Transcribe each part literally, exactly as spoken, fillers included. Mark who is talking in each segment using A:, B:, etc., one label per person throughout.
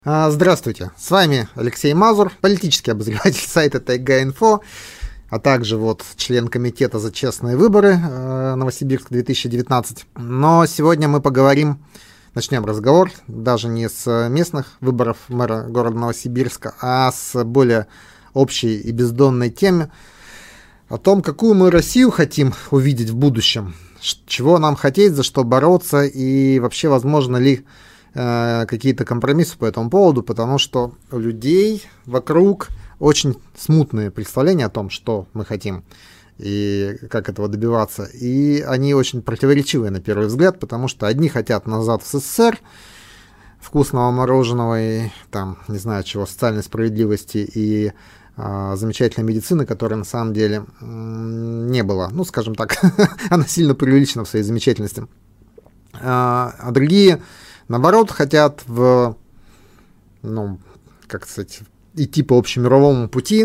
A: Здравствуйте, с вами Алексей Мазур, политический обозреватель сайта Тайга-Инфо, а также вот член комитета за честные выборы Новосибирск две тысячи девятнадцать. Но сегодня мы поговорим, начнем разговор даже не с местных выборов мэра города Новосибирска, а с более общей и бездонной темы о том, какую мы Россию хотим увидеть в будущем, чего нам хотеть, за что бороться и вообще возможно ли какие-то компромиссы по этому поводу, потому что у людей вокруг очень смутные представления о том, что мы хотим и как этого добиваться. И они очень противоречивые на первый взгляд, потому что одни хотят назад в СССР, вкусного мороженого и там, не знаю чего, социальной справедливости и а, замечательной медицины, которой на самом деле м- не было. Ну, скажем так, она сильно преувеличена в своей замечательности. А, а другие наоборот, хотят в, ну, как сказать, идти по общемировому пути,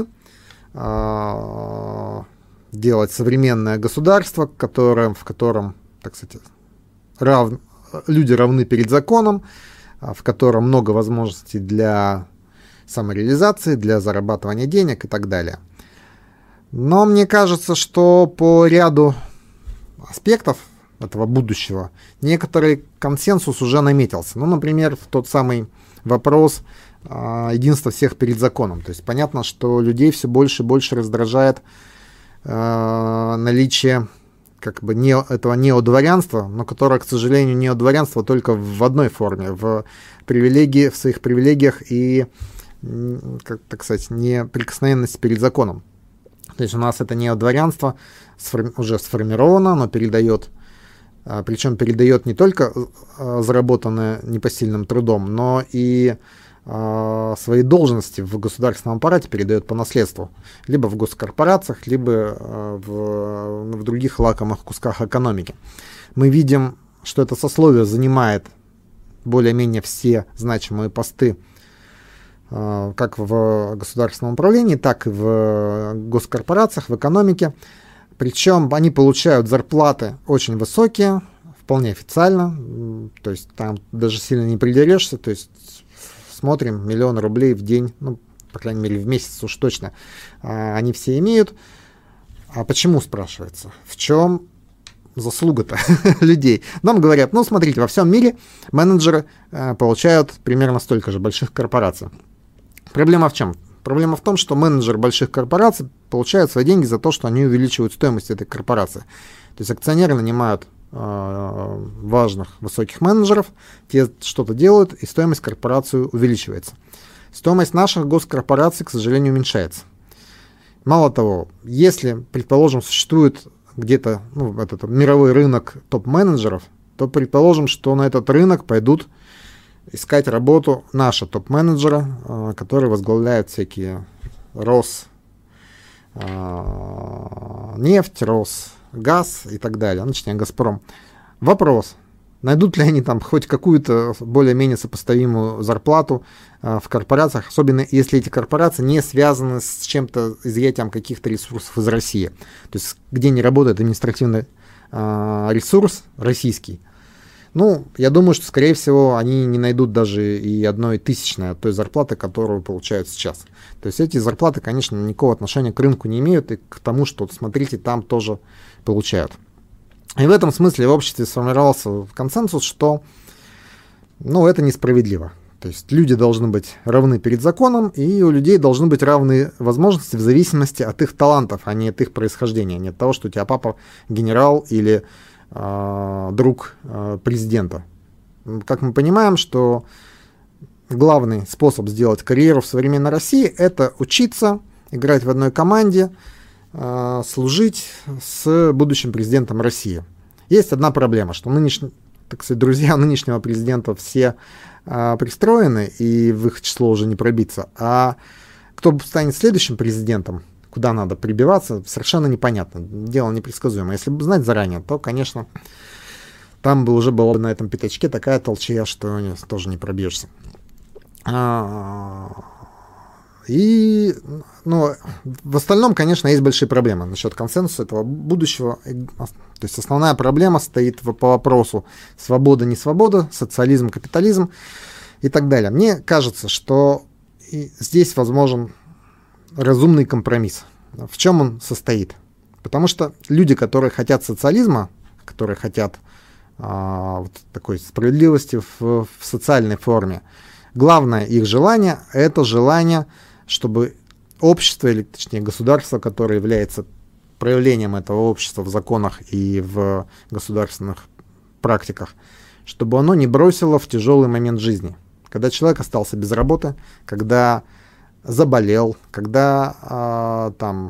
A: э, делать современное государство, которое, в котором, так сказать, рав, люди равны перед законом, в котором много возможностей для самореализации, для зарабатывания денег и так далее. Но мне кажется, что по ряду аспектов этого будущего, некоторый консенсус уже наметился. Ну, например, в тот самый вопрос э, единства всех перед законом. То есть понятно, что людей все больше и больше раздражает э, наличие как бы не, этого неодворянства, но которое, к сожалению, неодворянство только в одной форме, в привилегии, в своих привилегиях и, как так сказать, неприкосновенности перед законом. То есть у нас это неодворянство сформи- уже сформировано, оно передает Причем передает не только заработанное непосильным трудом, но и э, свои должности в государственном аппарате передает по наследству. Либо в госкорпорациях, либо э, в, в других лакомых кусках экономики. Мы видим, что это сословие занимает более-менее все значимые посты э, как в государственном управлении, так и в госкорпорациях, в экономике. Причем они получают зарплаты очень высокие, вполне официально, то есть там даже сильно не придерешься, то есть смотрим, миллион рублей в день, ну, по крайней мере, в месяц уж точно, а, они все имеют. А почему, спрашивается? В чем заслуга-то людей? Нам говорят, ну, смотрите, во всем мире менеджеры а, получают примерно столько же больших корпораций. Проблема в чем? Проблема в том, что менеджеры больших корпораций получают свои деньги за то, что они увеличивают стоимость этой корпорации. То есть акционеры нанимают э, важных, высоких менеджеров, те что-то делают, и стоимость корпорации увеличивается. Стоимость наших госкорпораций, к сожалению, уменьшается. Мало того, если, предположим, существует где-то ну, этот мировой рынок топ-менеджеров, то предположим, что на этот рынок пойдут искать работу наши топ-менеджеры, э, которые возглавляют всякие Рос, э, нефть, Росгаз и так далее, ну, точнее, Газпром. Вопрос, найдут ли они там хоть какую-то более-менее сопоставимую зарплату э, в корпорациях, особенно если эти корпорации не связаны с чем-то, изъятием каких-то ресурсов из России. То есть где не работает административный э, ресурс российский. Ну, я думаю, что, скорее всего, они не найдут даже и одной тысячной от той зарплаты, которую получают сейчас. То есть эти зарплаты, конечно, никакого отношения к рынку не имеют и к тому, что, смотрите, там тоже получают. И в этом смысле в обществе сформировался консенсус, что ну, это несправедливо. То есть люди должны быть равны перед законом, и у людей должны быть равные возможности в зависимости от их талантов, а не от их происхождения, не от того, что у тебя папа генерал или друг президента. Как мы понимаем, что главный способ сделать карьеру в современной России – это учиться, играть в одной команде, служить с будущим президентом России. Есть одна проблема, что нынешние, так сказать, друзья нынешнего президента все пристроены, и в их число уже не пробиться. А кто станет следующим президентом, куда надо прибиваться, совершенно непонятно. Дело непредсказуемое. Если бы знать заранее, то, конечно, там бы уже была бы на этом пятачке такая толчья, что тоже не пробьешься. И ну, в остальном, конечно, есть большие проблемы насчет консенсуса этого будущего. То есть основная проблема стоит по вопросу свобода, не свобода, социализм, капитализм. и так далее. Мне кажется, что и здесь возможен разумный компромисс. В чем он состоит? Потому что люди, которые хотят социализма, которые хотят а, вот такой справедливости в, в социальной форме, главное их желание – это желание, чтобы общество, или точнее государство, которое является проявлением этого общества в законах и в государственных практиках, чтобы оно не бросило в тяжелый момент жизни. Когда человек остался без работы, когда заболел, когда а, там,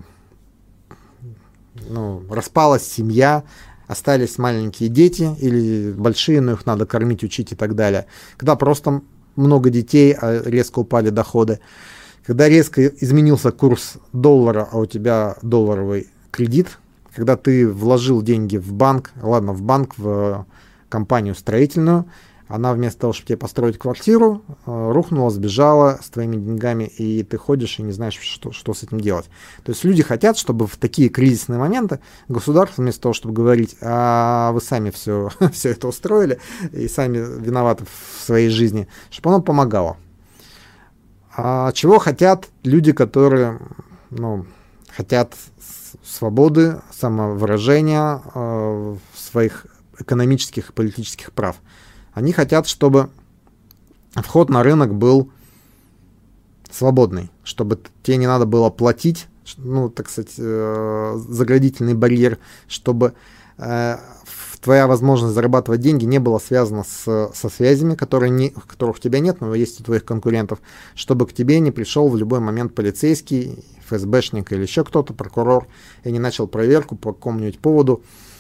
A: ну, распалась семья, остались маленькие дети или большие, но их надо кормить, учить и так далее. Когда просто много детей, а резко упали доходы. Когда резко изменился курс доллара, а у тебя долларовый кредит. Когда ты вложил деньги в банк, ладно, в банк, в компанию строительную, она вместо того, чтобы тебе построить квартиру, рухнула, сбежала с твоими деньгами, и ты ходишь и не знаешь, что, что с этим делать. То есть люди хотят, чтобы в такие кризисные моменты государство, вместо того, чтобы говорить, а вы сами все, все это устроили и сами виноваты в своей жизни, чтобы оно помогало. А чего хотят люди, которые, ну, хотят свободы, самовыражения, э, своих экономических и политических прав? Они хотят, чтобы вход на рынок был свободный, чтобы тебе не надо было платить, ну, так сказать, э, заградительный барьер, чтобы э, твоя возможность зарабатывать деньги не была связана с, со связями, которые не, которых у тебя нет, но есть у твоих конкурентов, чтобы к тебе не пришел в любой момент полицейский, эф эс бэшник или еще кто-то, прокурор, и не начал проверку по какому-нибудь поводу.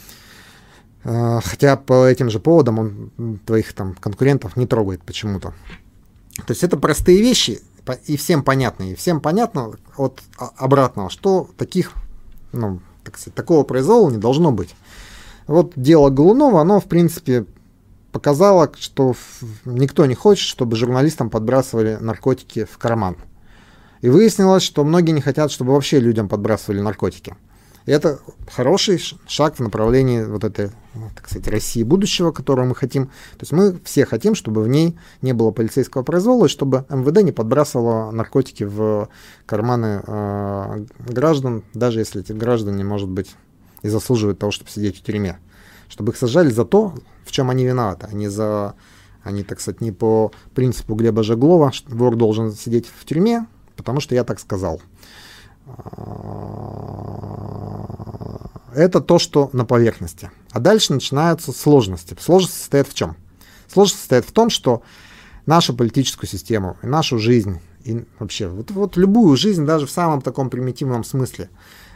A: Хотя по этим же поводам он твоих там конкурентов не трогает почему-то. То есть это простые вещи, и всем понятно. И всем понятно от обратного, что таких, ну, так сказать, такого произвола не должно быть. Вот дело Голунова, оно, в принципе, показало, что никто не хочет, чтобы журналистам подбрасывали наркотики в карман. И выяснилось, что многие не хотят, чтобы вообще людям подбрасывали наркотики. И это хороший шаг в направлении вот этой, так сказать, России будущего, которую мы хотим. То есть мы все хотим, чтобы в ней не было полицейского произвола, и чтобы эм вэ дэ не подбрасывало наркотики в карманы э, граждан, даже если эти граждане, может быть, и заслуживают того, чтобы сидеть в тюрьме. Чтобы их сажали за то, в чем они виноваты, а не за, они, так сказать, не по принципу Глеба Жеглова, что вор должен сидеть в тюрьме, потому что я так сказал. Это то, что на поверхности. А дальше начинаются сложности. Сложность состоит в чем? Сложность состоит в том, что нашу политическую систему, и нашу жизнь, и вообще вот, вот любую жизнь, даже в самом таком примитивном смысле,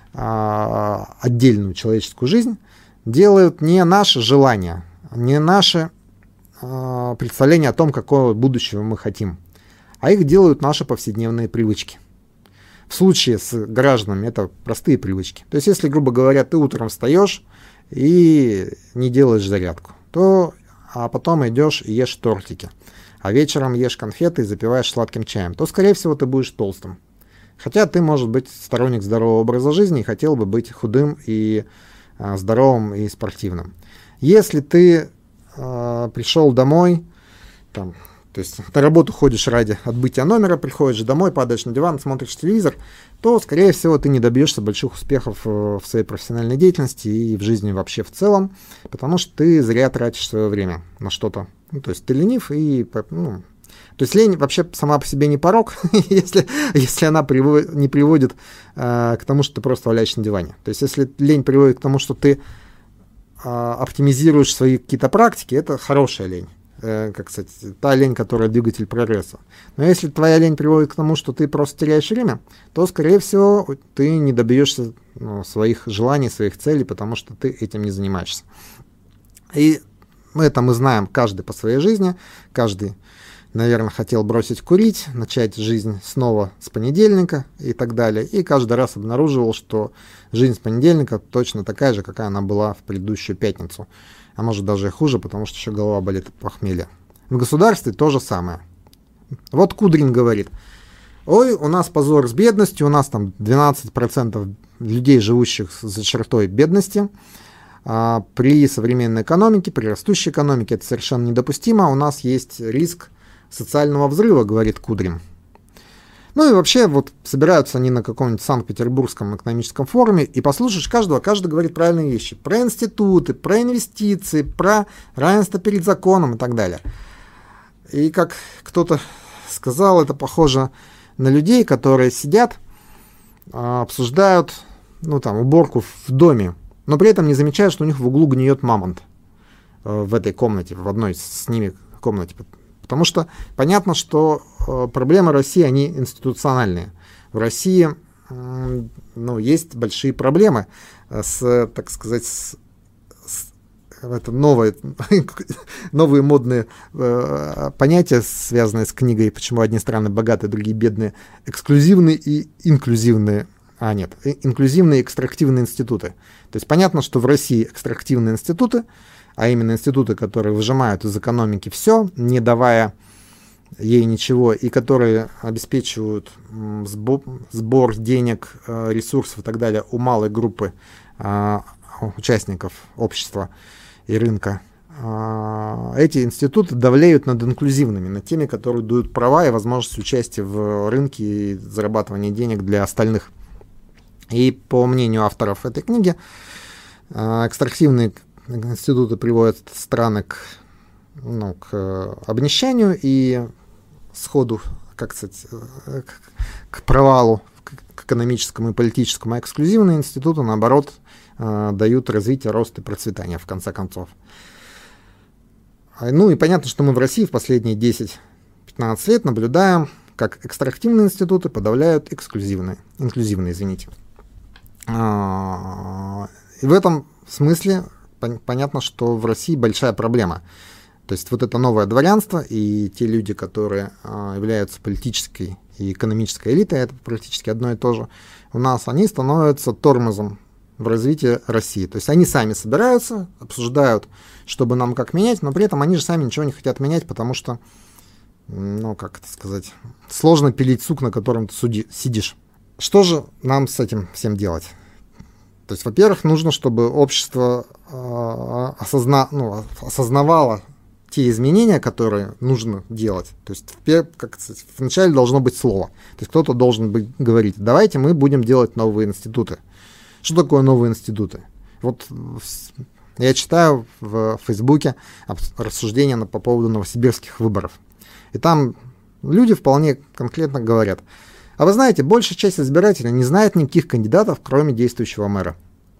A: отдельную человеческую жизнь, делают не наши желания, не наши представления о том, какого будущего мы хотим, а их делают наши повседневные привычки. В случае с гражданами это простые привычки. То есть, если, грубо говоря, ты утром встаешь и не делаешь зарядку, то, а потом идешь и ешь тортики, а вечером ешь конфеты и запиваешь сладким чаем, то, скорее всего, ты будешь толстым. Хотя ты, может быть, сторонник здорового образа жизни и хотел бы быть худым и а, здоровым и спортивным. Если ты а, пришел домой, там, то есть на работу ходишь ради отбытия номера, приходишь домой, падаешь на диван, смотришь телевизор, то, скорее всего, ты не добьешься больших успехов в своей профессиональной деятельности и в жизни вообще в целом, потому что ты зря тратишь свое время на что-то. Ну, то есть ты ленив и... Ну, то есть лень вообще сама по себе не порок, если, если она приводит, не приводит э, к тому, что ты просто валяешься на диване. То есть если лень приводит к тому, что ты э, оптимизируешь свои какие-то практики, это хорошая лень. Как сказать, та лень, которая двигатель прогресса. Но если твоя лень приводит к тому, что ты просто теряешь время, то, скорее всего, ты не добьешься, ну, своих желаний, своих целей, потому что ты этим не занимаешься. И это мы знаем каждый по своей жизни. Каждый, наверное, хотел бросить курить, начать жизнь снова с понедельника и так далее. И каждый раз обнаруживал, что жизнь с понедельника точно такая же, какая она была в предыдущую пятницу. А может даже и хуже, потому что еще голова болит от похмелья. В государстве то же самое. Вот Кудрин говорит: ой, у нас позор с бедностью, у нас там двенадцать процентов людей, живущих за чертой бедности. А при современной экономике, при растущей экономике это совершенно недопустимо. У нас есть риск социального взрыва, говорит Кудрин. Ну и вообще, вот собираются они на каком-нибудь Санкт-Петербургском экономическом форуме, и послушаешь каждого, каждый говорит правильные вещи. Про институты, про инвестиции, про равенство перед законом и так далее. И как кто-то сказал, это похоже на людей, которые сидят, обсуждают, ну там, уборку в доме, но при этом не замечают, что у них в углу гниет мамонт в этой комнате, в одной с ними комнате. Потому что понятно, что э, проблемы России, они институциональные. В России э, ну, есть большие проблемы с, так сказать, с, с, это новые, новые модные э, понятия, связанные с книгой «Почему одни страны богатые, другие бедные», эксклюзивные и инклюзивные, а нет, инклюзивные и экстрактивные институты. То есть понятно, что в России экстрактивные институты, а именно институты, которые выжимают из экономики все, не давая ей ничего, и которые обеспечивают сбор, сбор денег, ресурсов и так далее у малой группы а, участников общества и рынка. А, эти институты давлеют над инклюзивными, над теми, которые дают права и возможность участия в рынке и зарабатывания денег для остальных. И по мнению авторов этой книги, экстрактивные институты приводят страны к, ну, к обнищанию и сходу, как сказать, к провалу, к экономическому и политическому, а эксклюзивные институты, наоборот, дают развитие, рост и процветание, в конце концов. Ну и понятно, что мы в России в последние десять-пятнадцать лет наблюдаем, как экстрактивные институты подавляют эксклюзивные, инклюзивные, извините. И в этом смысле понятно, что в России большая проблема. То есть вот это новое дворянство и те люди, которые а, являются политической и экономической элитой, это практически одно и то же, у нас они становятся тормозом в развитии России. То есть они сами собираются, обсуждают, чтобы нам как менять, но при этом они же сами ничего не хотят менять, потому что, ну, как это сказать, сложно пилить сук, на котором ты суди, сидишь. Что же нам с этим всем делать? То есть, во-первых, нужно, чтобы общество э, осозна, ну, осознавало те изменения, которые нужно делать. То есть, как сказать, вначале должно быть слово. То есть, кто-то должен быть, говорить, давайте мы будем делать новые институты. Что такое новые институты? Вот я читаю в Фейсбуке рассуждения по поводу новосибирских выборов. И там люди вполне конкретно говорят, а вы знаете, большая часть избирателей не знает никаких кандидатов, кроме действующего мэра.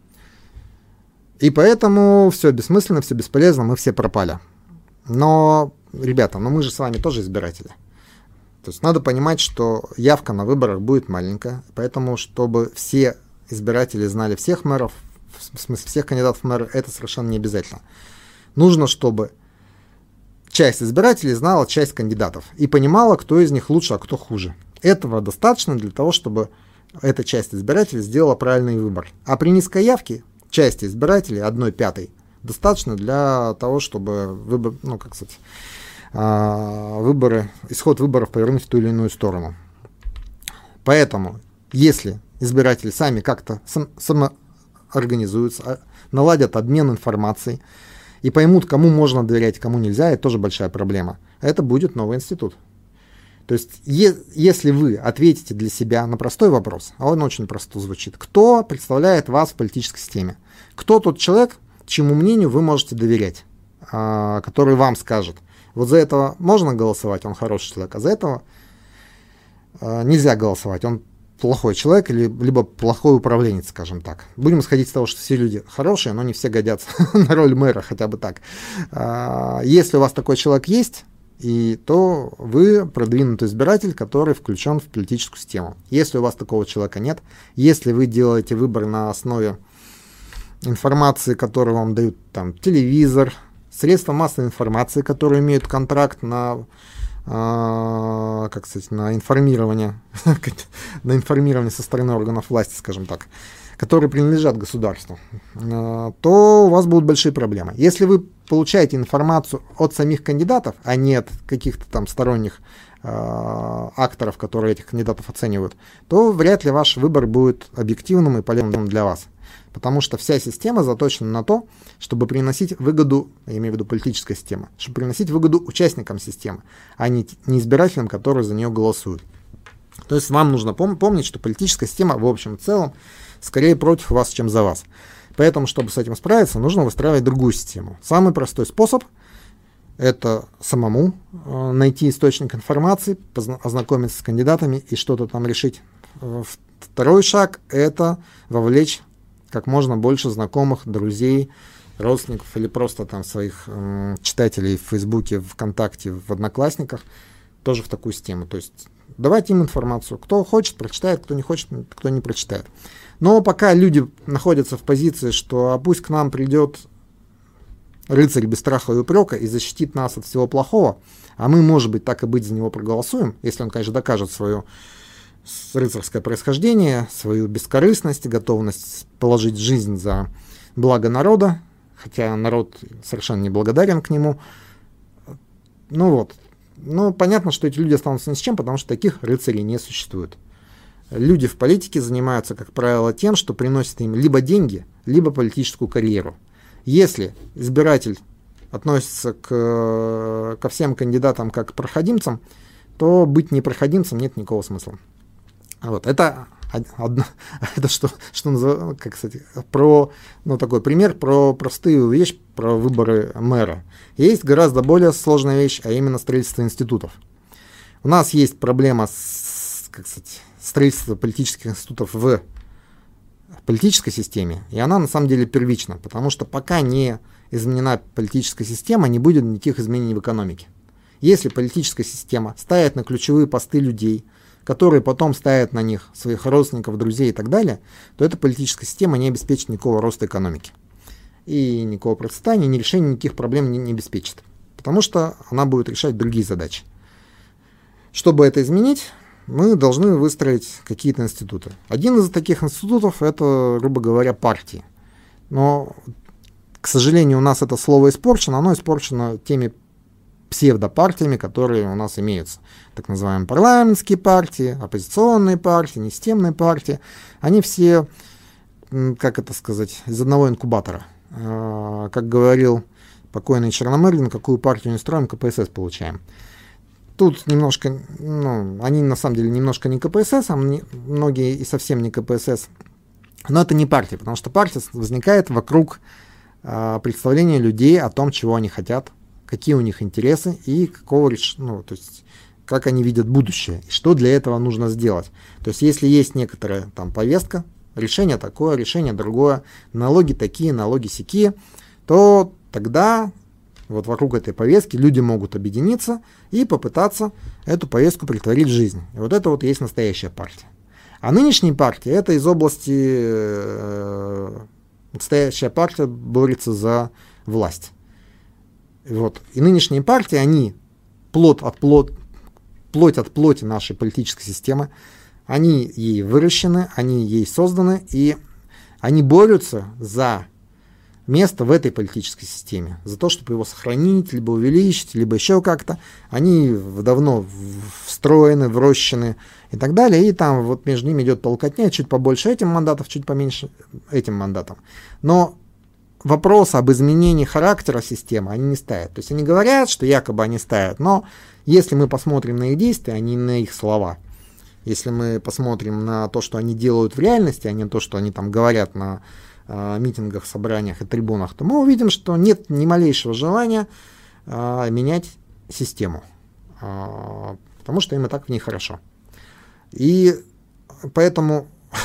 A: И поэтому все бессмысленно, все бесполезно, мы все пропали. Но, ребята, ну мы же с вами тоже избиратели. То есть надо понимать, что явка на выборах будет маленькая, поэтому, чтобы все избиратели знали всех мэров, в смысле всех кандидатов в мэры, это совершенно не обязательно. Нужно, чтобы часть избирателей знала часть кандидатов и понимала, кто из них лучше, а кто хуже. Этого достаточно для того, чтобы эта часть избирателей сделала правильный выбор. А при низкой явке части избирателей, одной пятой, достаточно для того, чтобы выбор, ну, как сказать, выборы, исход выборов повернуть в ту или иную сторону. Поэтому, если избиратели сами как-то сам, самоорганизуются, наладят обмен информацией и поймут, кому можно доверять, кому нельзя, это тоже большая проблема. Это будет новый институт. То есть, е- если вы ответите для себя на простой вопрос, а он очень просто звучит, кто представляет вас в политической системе? Кто тот человек, чьему мнению вы можете доверять, а, который вам скажет, вот за этого можно голосовать, он хороший человек, а за этого а, нельзя голосовать, он плохой человек или либо плохой управленец, скажем так. Будем исходить из того, что все люди хорошие, но не все годятся на роль мэра, хотя бы так. А, если у вас такой человек есть, и то вы продвинутый избиратель, который включен в политическую систему. Если у вас такого человека нет, если вы делаете выбор на основе информации, которую вам дают там телевизор, средства массовой информации, которые имеют контракт на, э, как сказать, на информирование, на информирование со стороны органов власти, скажем так, которые принадлежат государству, э, то у вас будут большие проблемы. Если вы получаете информацию от самих кандидатов, а не от каких-то там сторонних э, акторов, которые этих кандидатов оценивают, то вряд ли ваш выбор будет объективным и полезным для вас. Потому что вся система заточена на то, чтобы приносить выгоду, я имею в виду политическая система, чтобы приносить выгоду участникам системы, а не, не избирателям, которые за нее голосуют. То есть вам нужно пом- помнить, что политическая система в общем и целом скорее против вас, чем за вас. Поэтому, чтобы с этим справиться, нужно выстраивать другую систему. Самый простой способ – это самому э, найти источник информации, позна- ознакомиться с кандидатами и что-то там решить. Второй шаг – это вовлечь как можно больше знакомых, друзей, родственников или просто там своих э, читателей в Фейсбуке, ВКонтакте, в Одноклассниках тоже в такую систему. То есть давайте им информацию. Кто хочет, прочитает, кто не хочет, кто не прочитает. Но пока люди находятся в позиции, что а пусть к нам придет рыцарь без страха и упрека и защитит нас от всего плохого, а мы, может быть, так и быть за него проголосуем, если он, конечно, докажет свое рыцарское происхождение, свою бескорыстность, готовность положить жизнь за благо народа, хотя народ совершенно не благодарен к нему. Ну вот. Ну, понятно, что эти люди останутся ни с чем, потому что таких рыцарей не существует. Люди в политике занимаются, как правило, тем, что приносят им либо деньги, либо политическую карьеру. Если избиратель относится к, ко всем кандидатам как к проходимцам, то быть непроходимцем нет никакого смысла. Вот. Это, одно, это что, что называется, как, кстати, про, ну, такой пример про простую вещь, про выборы мэра. Есть гораздо более сложная вещь, а именно строительство институтов. У нас есть проблема с, как сказать, строительства политических институтов в политической системе, и она на самом деле первична, потому что пока не изменена политическая система, не будет никаких изменений в экономике. Если политическая система ставит на ключевые посты людей, которые потом ставят на них своих родственников, друзей и так далее, то эта политическая система не обеспечит никакого роста экономики. И никакого процветания, ни решения никаких проблем не, не обеспечит. Потому что она будет решать другие задачи. Чтобы это изменить, мы должны выстроить какие-то институты. Один из таких институтов – это, грубо говоря, партии. Но, к сожалению, у нас это слово испорчено. Оно испорчено теми псевдопартиями, которые у нас имеются. Так называемые парламентские партии, оппозиционные партии, несистемные партии. Они все, как это сказать, из одного инкубатора. Как говорил покойный Черномырдин, какую партию не строим, ка пэ эс эс получаем. Тут немножко, ну, они на самом деле немножко не ка пэ эс эс, а многие и совсем не ка пэ эс эс. Но это не партия, потому что партия возникает вокруг а, представления людей о том, чего они хотят, какие у них интересы и какого, ну, то есть, как они видят будущее, и что для этого нужно сделать. То есть, если есть некоторая там повестка, решение такое, решение другое, налоги такие, налоги сякие, то тогда вот вокруг этой повестки люди могут объединиться и попытаться эту повестку претворить в жизнь. И вот это вот и есть настоящая партия. А нынешние партии — это из области... Э, настоящая партия борется за власть. И, вот. И нынешние партии, они плод от плод, плоть от плоти нашей политической системы, они ей выращены, они ей созданы, и они борются за место в этой политической системе, за то, чтобы его сохранить, либо увеличить, либо еще как-то. Они давно встроены, врощены и так далее, и там вот между ними идет толкотня, чуть побольше этим мандатов, чуть поменьше этим мандатом. Но вопрос об изменении характера системы они не ставят. То есть они говорят, что якобы они ставят, но если мы посмотрим на их действия, а не на их слова, если мы посмотрим на то, что они делают в реальности, а не то, что они там говорят на э, митингах, собраниях и трибунах, то мы увидим, что нет ни малейшего желания э, менять систему, э, потому что им и так в ней хорошо. И поэтому,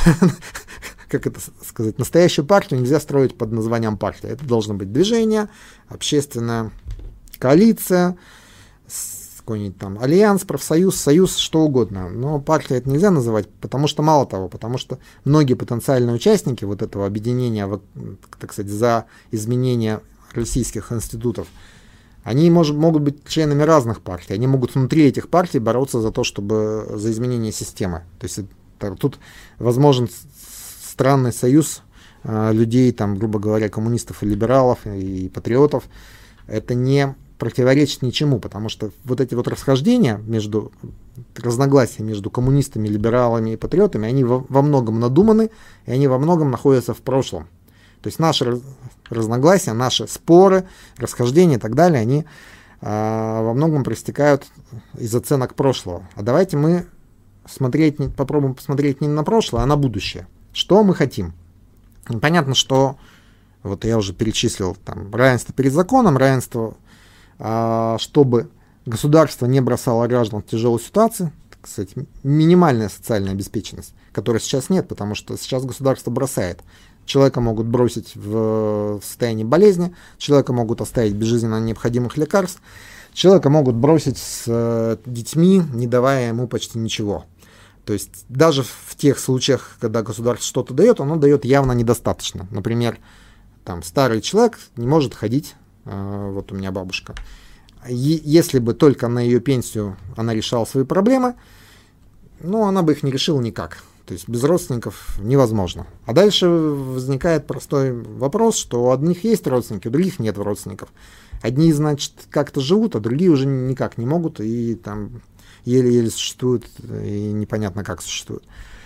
A: как это сказать, настоящую партию нельзя строить под названием партия. Это должно быть движение, общественная коалиция, какой-нибудь там альянс, профсоюз, союз, что угодно. Но партия это нельзя называть, потому что, мало того, потому что многие потенциальные участники вот этого объединения, так сказать, за изменение российских институтов, они может, могут быть членами разных партий, они могут внутри этих партий бороться за то, чтобы за изменение системы. То есть это, тут возможен странный союз э, людей, там, грубо говоря, коммунистов и либералов и патриотов. Это не противоречит ничему, потому что вот эти вот расхождения между, разногласия между коммунистами, либералами и патриотами, они во, во многом надуманы, и они во многом находятся в прошлом. То есть наши разногласия, наши споры, расхождения и так далее, они а, во многом проистекают из оценок прошлого. А давайте мы смотреть, попробуем посмотреть не на прошлое, а на будущее. Что мы хотим? Понятно, что вот я уже перечислил там равенство перед законом, равенство, а, чтобы государство не бросало граждан в тяжелую ситуацию, так сказать, минимальная социальная обеспеченность, которой сейчас нет, потому что сейчас государство бросает. Человека могут бросить в состоянии болезни, человека могут оставить без жизненно необходимых лекарств, человека могут бросить с э, детьми, не давая ему почти ничего. То есть даже в тех случаях, когда государство что-то дает, оно дает явно недостаточно. Например, там старый человек не может ходить, э, вот у меня бабушка. Е- если бы только на ее пенсию она решала свои проблемы, ну, она бы их не решила никак. То есть без родственников невозможно. А дальше возникает простой вопрос, что у одних есть родственники, у других нет родственников. Одни, значит, как-то живут, а другие уже никак не могут, и там еле-еле существуют, и непонятно как существуют.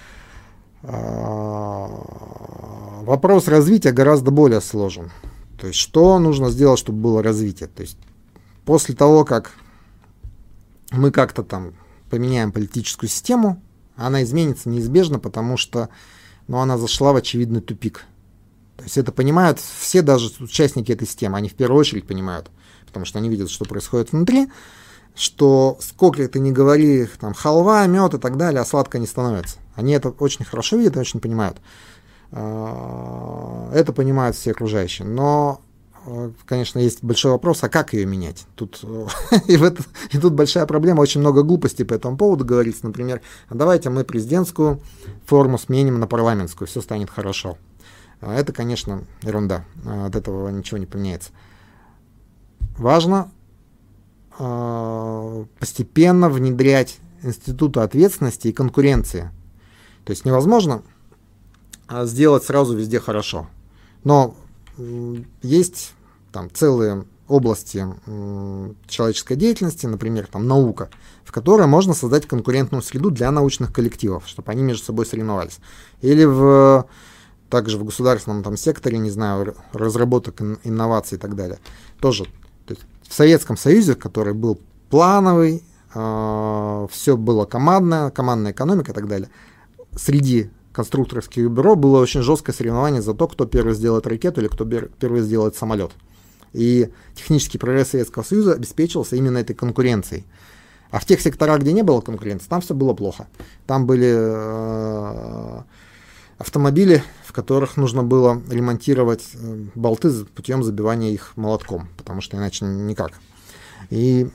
A: Вопрос развития гораздо более сложен. То есть что нужно сделать, чтобы было развитие? То есть после того, как мы как-то там поменяем политическую систему, она изменится неизбежно, потому что ну, она зашла в очевидный тупик. То есть это понимают все, даже участники этой системы, они в первую очередь понимают, потому что они видят, что происходит внутри, что сколько ты ни говори, там, халва, мед и так далее, а сладко не становится. Они это очень хорошо видят и очень понимают. Это понимают все окружающие. Но, конечно, есть большой вопрос, а как ее менять? Тут, и, в это, и тут большая проблема, очень много глупостей по этому поводу говорится. Например, давайте мы президентскую форму сменим на парламентскую, все станет хорошо. Это, конечно, ерунда, от этого ничего не поменяется. Важно э, постепенно внедрять институты ответственности и конкуренции. То есть невозможно сделать сразу везде хорошо. Но э, есть там целые области э, человеческой деятельности, например, там наука, в которой можно создать конкурентную среду для научных коллективов, чтобы они между собой соревновались. Или в также в государственном там секторе, не знаю, разработок, инноваций и так далее. Тоже то есть в Советском Союзе, который был плановый, э, все было командное, командная экономика и так далее, среди конструкторских бюро было очень жесткое соревнование за то, кто первый сделает ракету или кто первый сделает самолет. И технический прогресс Советского Союза обеспечивался именно этой конкуренцией. А в тех секторах, где не было конкуренции, там все было плохо. Там были э, автомобили, в которых нужно было ремонтировать болты путем забивания их молотком, потому что иначе никак. И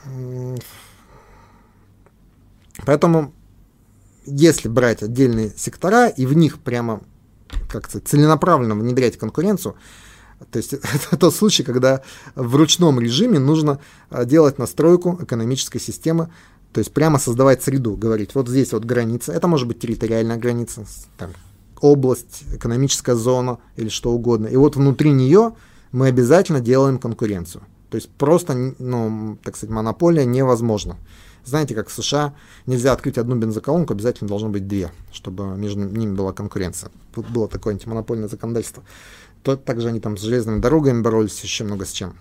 A: поэтому, если брать отдельные сектора и в них прямо как-то целенаправленно внедрять конкуренцию, то есть это тот случай, когда в ручном режиме нужно делать настройку экономической системы, то есть прямо создавать среду, говорить, вот здесь вот граница, это может быть территориальная граница, там, область, экономическая зона или что угодно. И вот внутри нее мы обязательно делаем конкуренцию. То есть просто, ну, так сказать, монополия невозможна. Знаете, как в США нельзя открыть одну бензоколонку, обязательно должно быть две, чтобы между ними была конкуренция. Тут было такое антимонопольное законодательство. То, также они там с железными дорогами боролись, еще много с чем.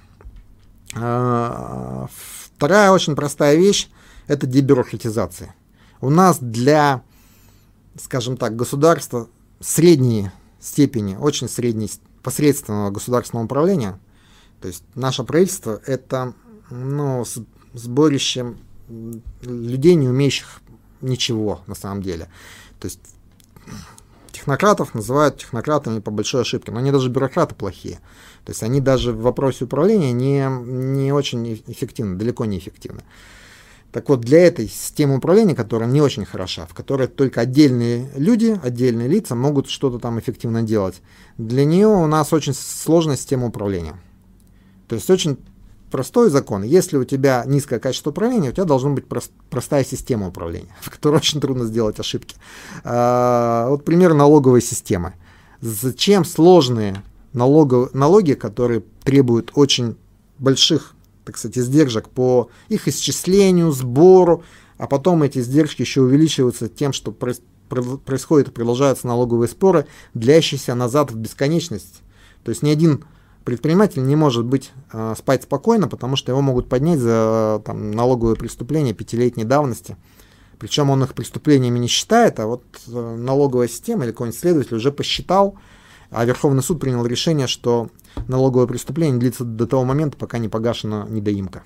A: А, вторая очень простая вещь – это дебюрократизация. У нас для, скажем так, государства средней степени, очень средней, посредственного государственного управления, то есть наше правительство – это ну, сборище людей, не умеющих ничего на самом деле. То есть технократов называют технократами по большой ошибке, но они даже бюрократы плохие. То есть они даже в вопросе управления не, не очень эффективны, далеко не эффективны. Так вот, для этой системы управления, которая не очень хороша, в которой только отдельные люди, отдельные лица могут что-то там эффективно делать, для нее у нас очень сложная система управления. То есть очень простой закон. Если у тебя низкое качество управления, у тебя должна быть прост, простая система управления, в которой очень трудно сделать ошибки. А, вот пример налоговой системы. Зачем сложные налоговые, налоги, которые требуют очень больших так сказать, издержек по их исчислению, сбору, а потом эти издержки еще увеличиваются тем, что происходит и продолжаются налоговые споры, длящиеся назад в бесконечность. То есть ни один предприниматель не может быть, э, спать спокойно, потому что его могут поднять за там, налоговые преступления пятилетней давности. Причем он их преступлениями не считает, а вот э, налоговая система или какой-нибудь следователь уже посчитал, а Верховный суд принял решение, что налоговое преступление длится до того момента, пока не погашена недоимка.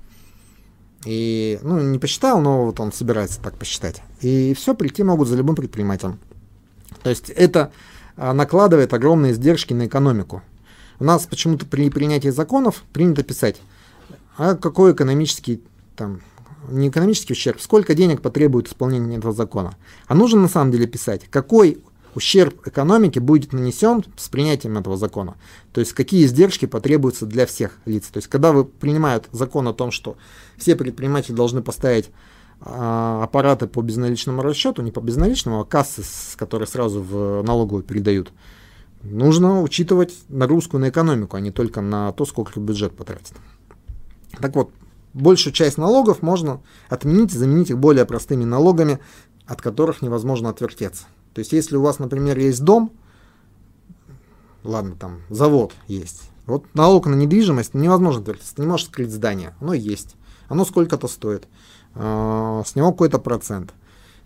A: И, ну, не посчитал, но вот он собирается так посчитать. И все, прийти могут за любым предпринимателем. То есть это а, накладывает огромные издержки на экономику. У нас почему-то при принятии законов принято писать, а какой экономический, там, не экономический ущерб, сколько денег потребует исполнение этого закона. А нужно на самом деле писать, какой ущерб экономике будет нанесен с принятием этого закона. То есть какие издержки потребуются для всех лиц. То есть когда вы принимают закон о том, что все предприниматели должны поставить а, аппараты по безналичному расчету, не по безналичному, а кассы, с которые сразу в налоговую передают, нужно учитывать нагрузку на экономику, а не только на то, сколько бюджет потратит. Так вот, большую часть налогов можно отменить и заменить их более простыми налогами, от которых невозможно отвертеться. То есть, если у вас, например, есть дом, ладно, там, завод есть, вот налог на недвижимость невозможно отвертеться, ты не можешь скрыть здание, оно есть, оно сколько-то стоит, с него какой-то процент.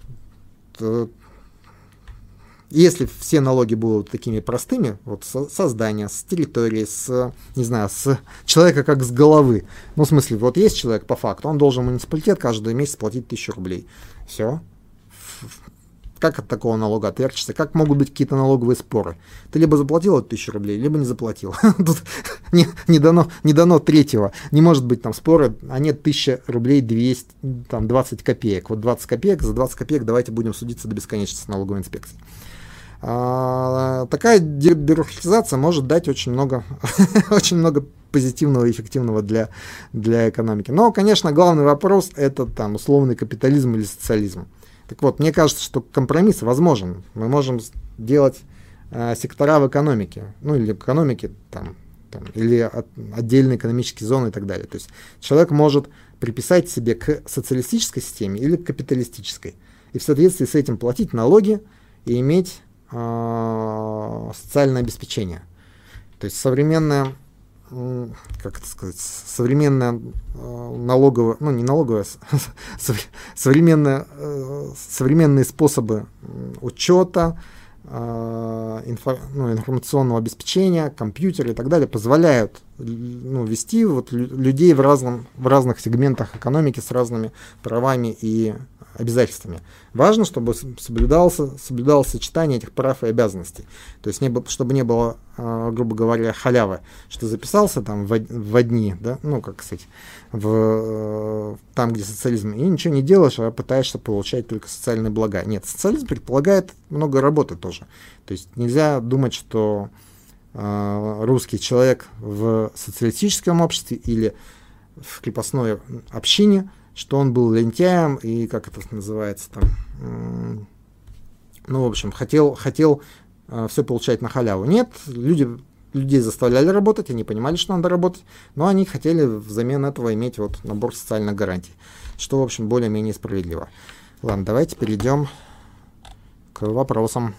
A: Если все налоги будут такими простыми, вот со, со здания, с территории, с, не знаю, с человека как с головы, ну, в смысле, вот есть человек по факту, он должен в муниципалитет каждый месяц платить тысячу рублей. Все. Как от такого налога отвертишься? Как могут быть какие-то налоговые споры? Ты либо заплатил эту тысячу рублей, либо не заплатил. Тут не, не, дано, не дано третьего. Не может быть там споры, а нет тысяча рублей двести, там, двадцать копеек. Вот двадцать копеек, за двадцать копеек давайте будем судиться до бесконечности с налоговой инспекцией. А, такая бюрократизация может дать очень много, очень много позитивного и эффективного для, для экономики. Но, конечно, главный вопрос — это там условный капитализм или социализм. Так вот, мне кажется, что компромисс возможен. Мы можем делать э, сектора в экономике, ну или в экономике, там, там, или от, отдельные экономические зоны и так далее. То есть человек может приписать себе к социалистической системе или к капиталистической. И в соответствии с этим платить налоги и иметь э, социальное обеспечение. То есть современная, как это сказать, современная э, налоговая, ну не налоговая, современная, э, современные способы учета, э, инфо, ну, информационного обеспечения, компьютеры и так далее позволяют, ну, вести вот людей в, разном, в разных сегментах экономики с разными правами и обязательствами. Важно, чтобы соблюдался, соблюдалось сочетание этих прав и обязанностей. То есть, не, чтобы не было, э, грубо говоря, халявы, что записался там в, в одни, да, ну, как сказать, в, э, там, где социализм, и ничего не делаешь, а пытаешься получать только социальные блага. Нет, социализм предполагает много работы тоже. То есть нельзя думать, что э, русский человек в социалистическом обществе или в крепостной общине, что он был лентяем и, как это называется там, ну, в общем, хотел, хотел э, все получать на халяву. Нет, люди, людей заставляли работать, они понимали, что надо работать, но они хотели взамен этого иметь вот набор социальных гарантий, что, в общем, более-менее справедливо. Ладно, давайте перейдем к вопросам.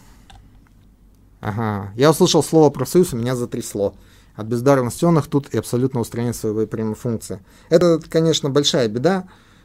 A: Ага, я услышал слово профсоюз, и меня затрясло. От бездарности он их тут и абсолютно устранить свои прямые функции. Это, конечно, большая беда,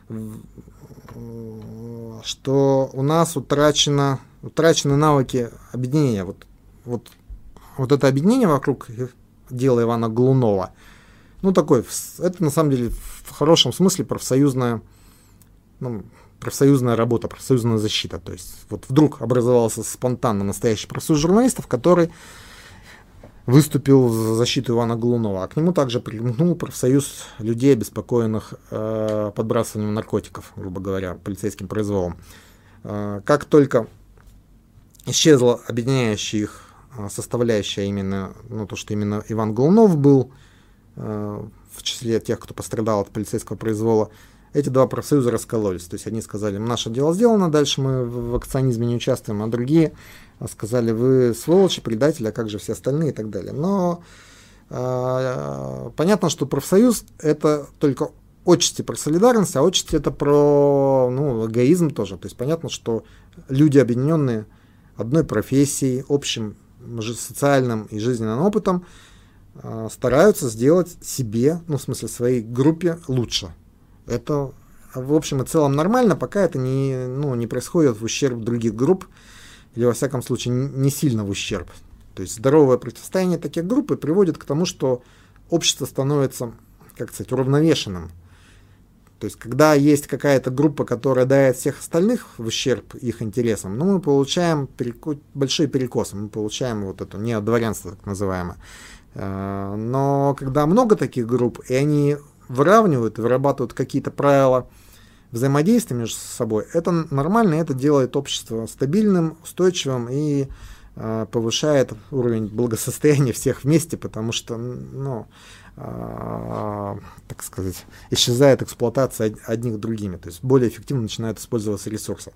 A: что у нас утрачено, утрачены навыки объединения. Вот, вот, вот это объединение вокруг дела Ивана Голунова, ну, такой, это на самом деле в хорошем смысле профсоюзная, ну, профсоюзная работа, профсоюзная защита. То есть вот вдруг образовался спонтанно настоящий профсоюз журналистов, который выступил в защиту Ивана Голунова, а к нему также примкнул профсоюз людей, обеспокоенных э, подбрасыванием наркотиков, грубо говоря, полицейским произволом. Э, как только исчезла объединяющая их э, составляющая именно, ну, то, что именно Иван Голунов был э, в числе тех, кто пострадал от полицейского произвола, эти два профсоюза раскололись. То есть одни сказали, наше дело сделано, дальше мы в акционизме не участвуем, а другие сказали, вы сволочи, предатели, а как же все остальные и так далее. Но понятно, что профсоюз – это только отчасти про солидарность, а отчасти это про ну, эгоизм тоже. То есть понятно, что люди, объединенные одной профессией, общим социальным и жизненным опытом, стараются сделать себе, ну, в смысле, своей группе лучше. Это, в общем и целом, нормально, пока это не, ну, не происходит в ущерб других групп, или, во всяком случае, не сильно в ущерб. То есть здоровое противостояние таких групп и приводит к тому, что общество становится, как сказать, уравновешенным. То есть, когда есть какая-то группа, которая давит всех остальных в ущерб их интересам, ну, мы получаем переко- большие перекосы, мы получаем вот это неодворянство, так называемое. Но когда много таких групп, и они выравнивают, вырабатывают какие-то правила взаимодействия между собой, это нормально, это делает общество стабильным, устойчивым и э, повышает уровень благосостояния всех вместе, потому что, ну, э, так сказать, исчезает эксплуатация одних другими, то есть более эффективно начинают использоваться ресурсы.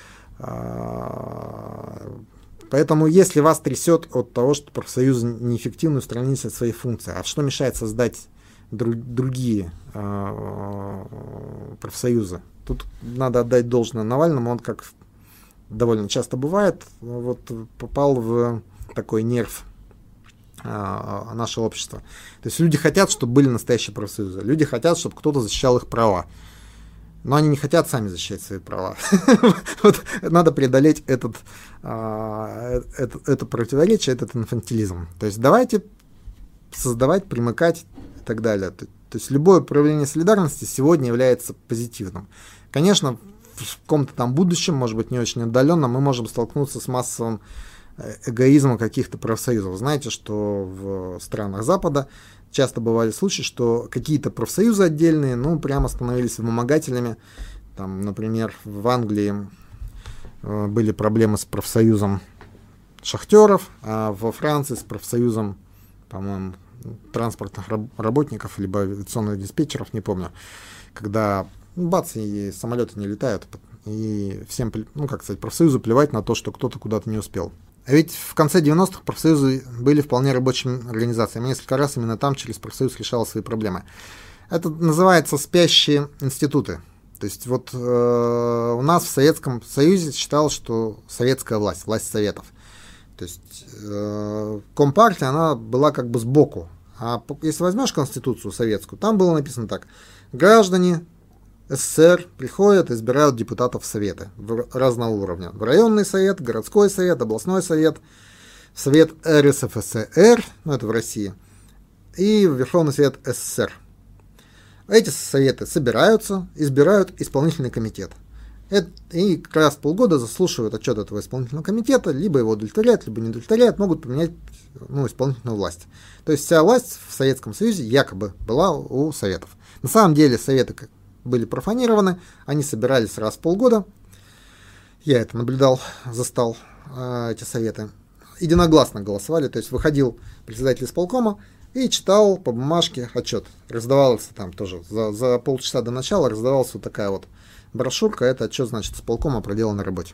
A: Поэтому, если вас трясет от того, что профсоюзы неэффективно устранились от своих функций, а что мешает создать друг, другие э, профсоюзы? Тут надо отдать должное Навальному, он, как довольно часто бывает, вот, попал в такой нерв э, нашего общества. То есть люди хотят, чтобы были настоящие профсоюзы, люди хотят, чтобы кто-то защищал их права. Но они не хотят сами защищать свои права. Вот, надо преодолеть этот, а, это, это противоречие, этот инфантилизм. То есть давайте создавать, примыкать и так далее. То, то есть любое проявление солидарности сегодня является позитивным. Конечно, в каком-то там будущем, может быть, не очень отдаленном, мы можем столкнуться с массовым эгоизмом каких-то профсоюзов. Знаете, что в странах Запада часто бывали случаи, что какие-то профсоюзы отдельные, ну, прямо становились вымогателями. Там, например, в Англии э, были проблемы с профсоюзом шахтеров, а во Франции с профсоюзом, по-моему, транспортных раб- работников, либо авиационных диспетчеров, не помню, когда, ну, бац, и самолеты не летают, и всем, ну, как сказать, профсоюзу плевать на то, что кто-то куда-то не успел. А ведь в конце девяностых профсоюзы были вполне рабочими организациями. Несколько раз именно там через профсоюз решал свои проблемы. Это называется спящие институты. То есть вот э, у нас в Советском Союзе считалось, что советская власть, власть советов. То есть э, Компартия, она была как бы сбоку. А если возьмешь Конституцию советскую, там было написано так. Граждане СССР приходят и избирают депутатов в советы разного уровня. В районный совет, городской совет, областной совет, совет эр эс эф эс эр, ну это в России, и в Верховный совет СССР. Эти советы собираются, избирают исполнительный комитет. Это, и как раз полгода заслушивают отчет этого исполнительного комитета, либо его удовлетворяют, либо не удовлетворяют, могут поменять, ну, исполнительную власть. То есть вся власть в Советском Союзе якобы была у советов. На самом деле советы были профанированы, они собирались раз в полгода. Я это наблюдал, застал э, эти советы. Единогласно голосовали, то есть выходил председатель исполкома и читал по бумажке отчет. Раздавался там тоже за, за полчаса до начала, раздавалась вот такая вот брошюрка, это отчет, значит, исполкома о проделанной работе.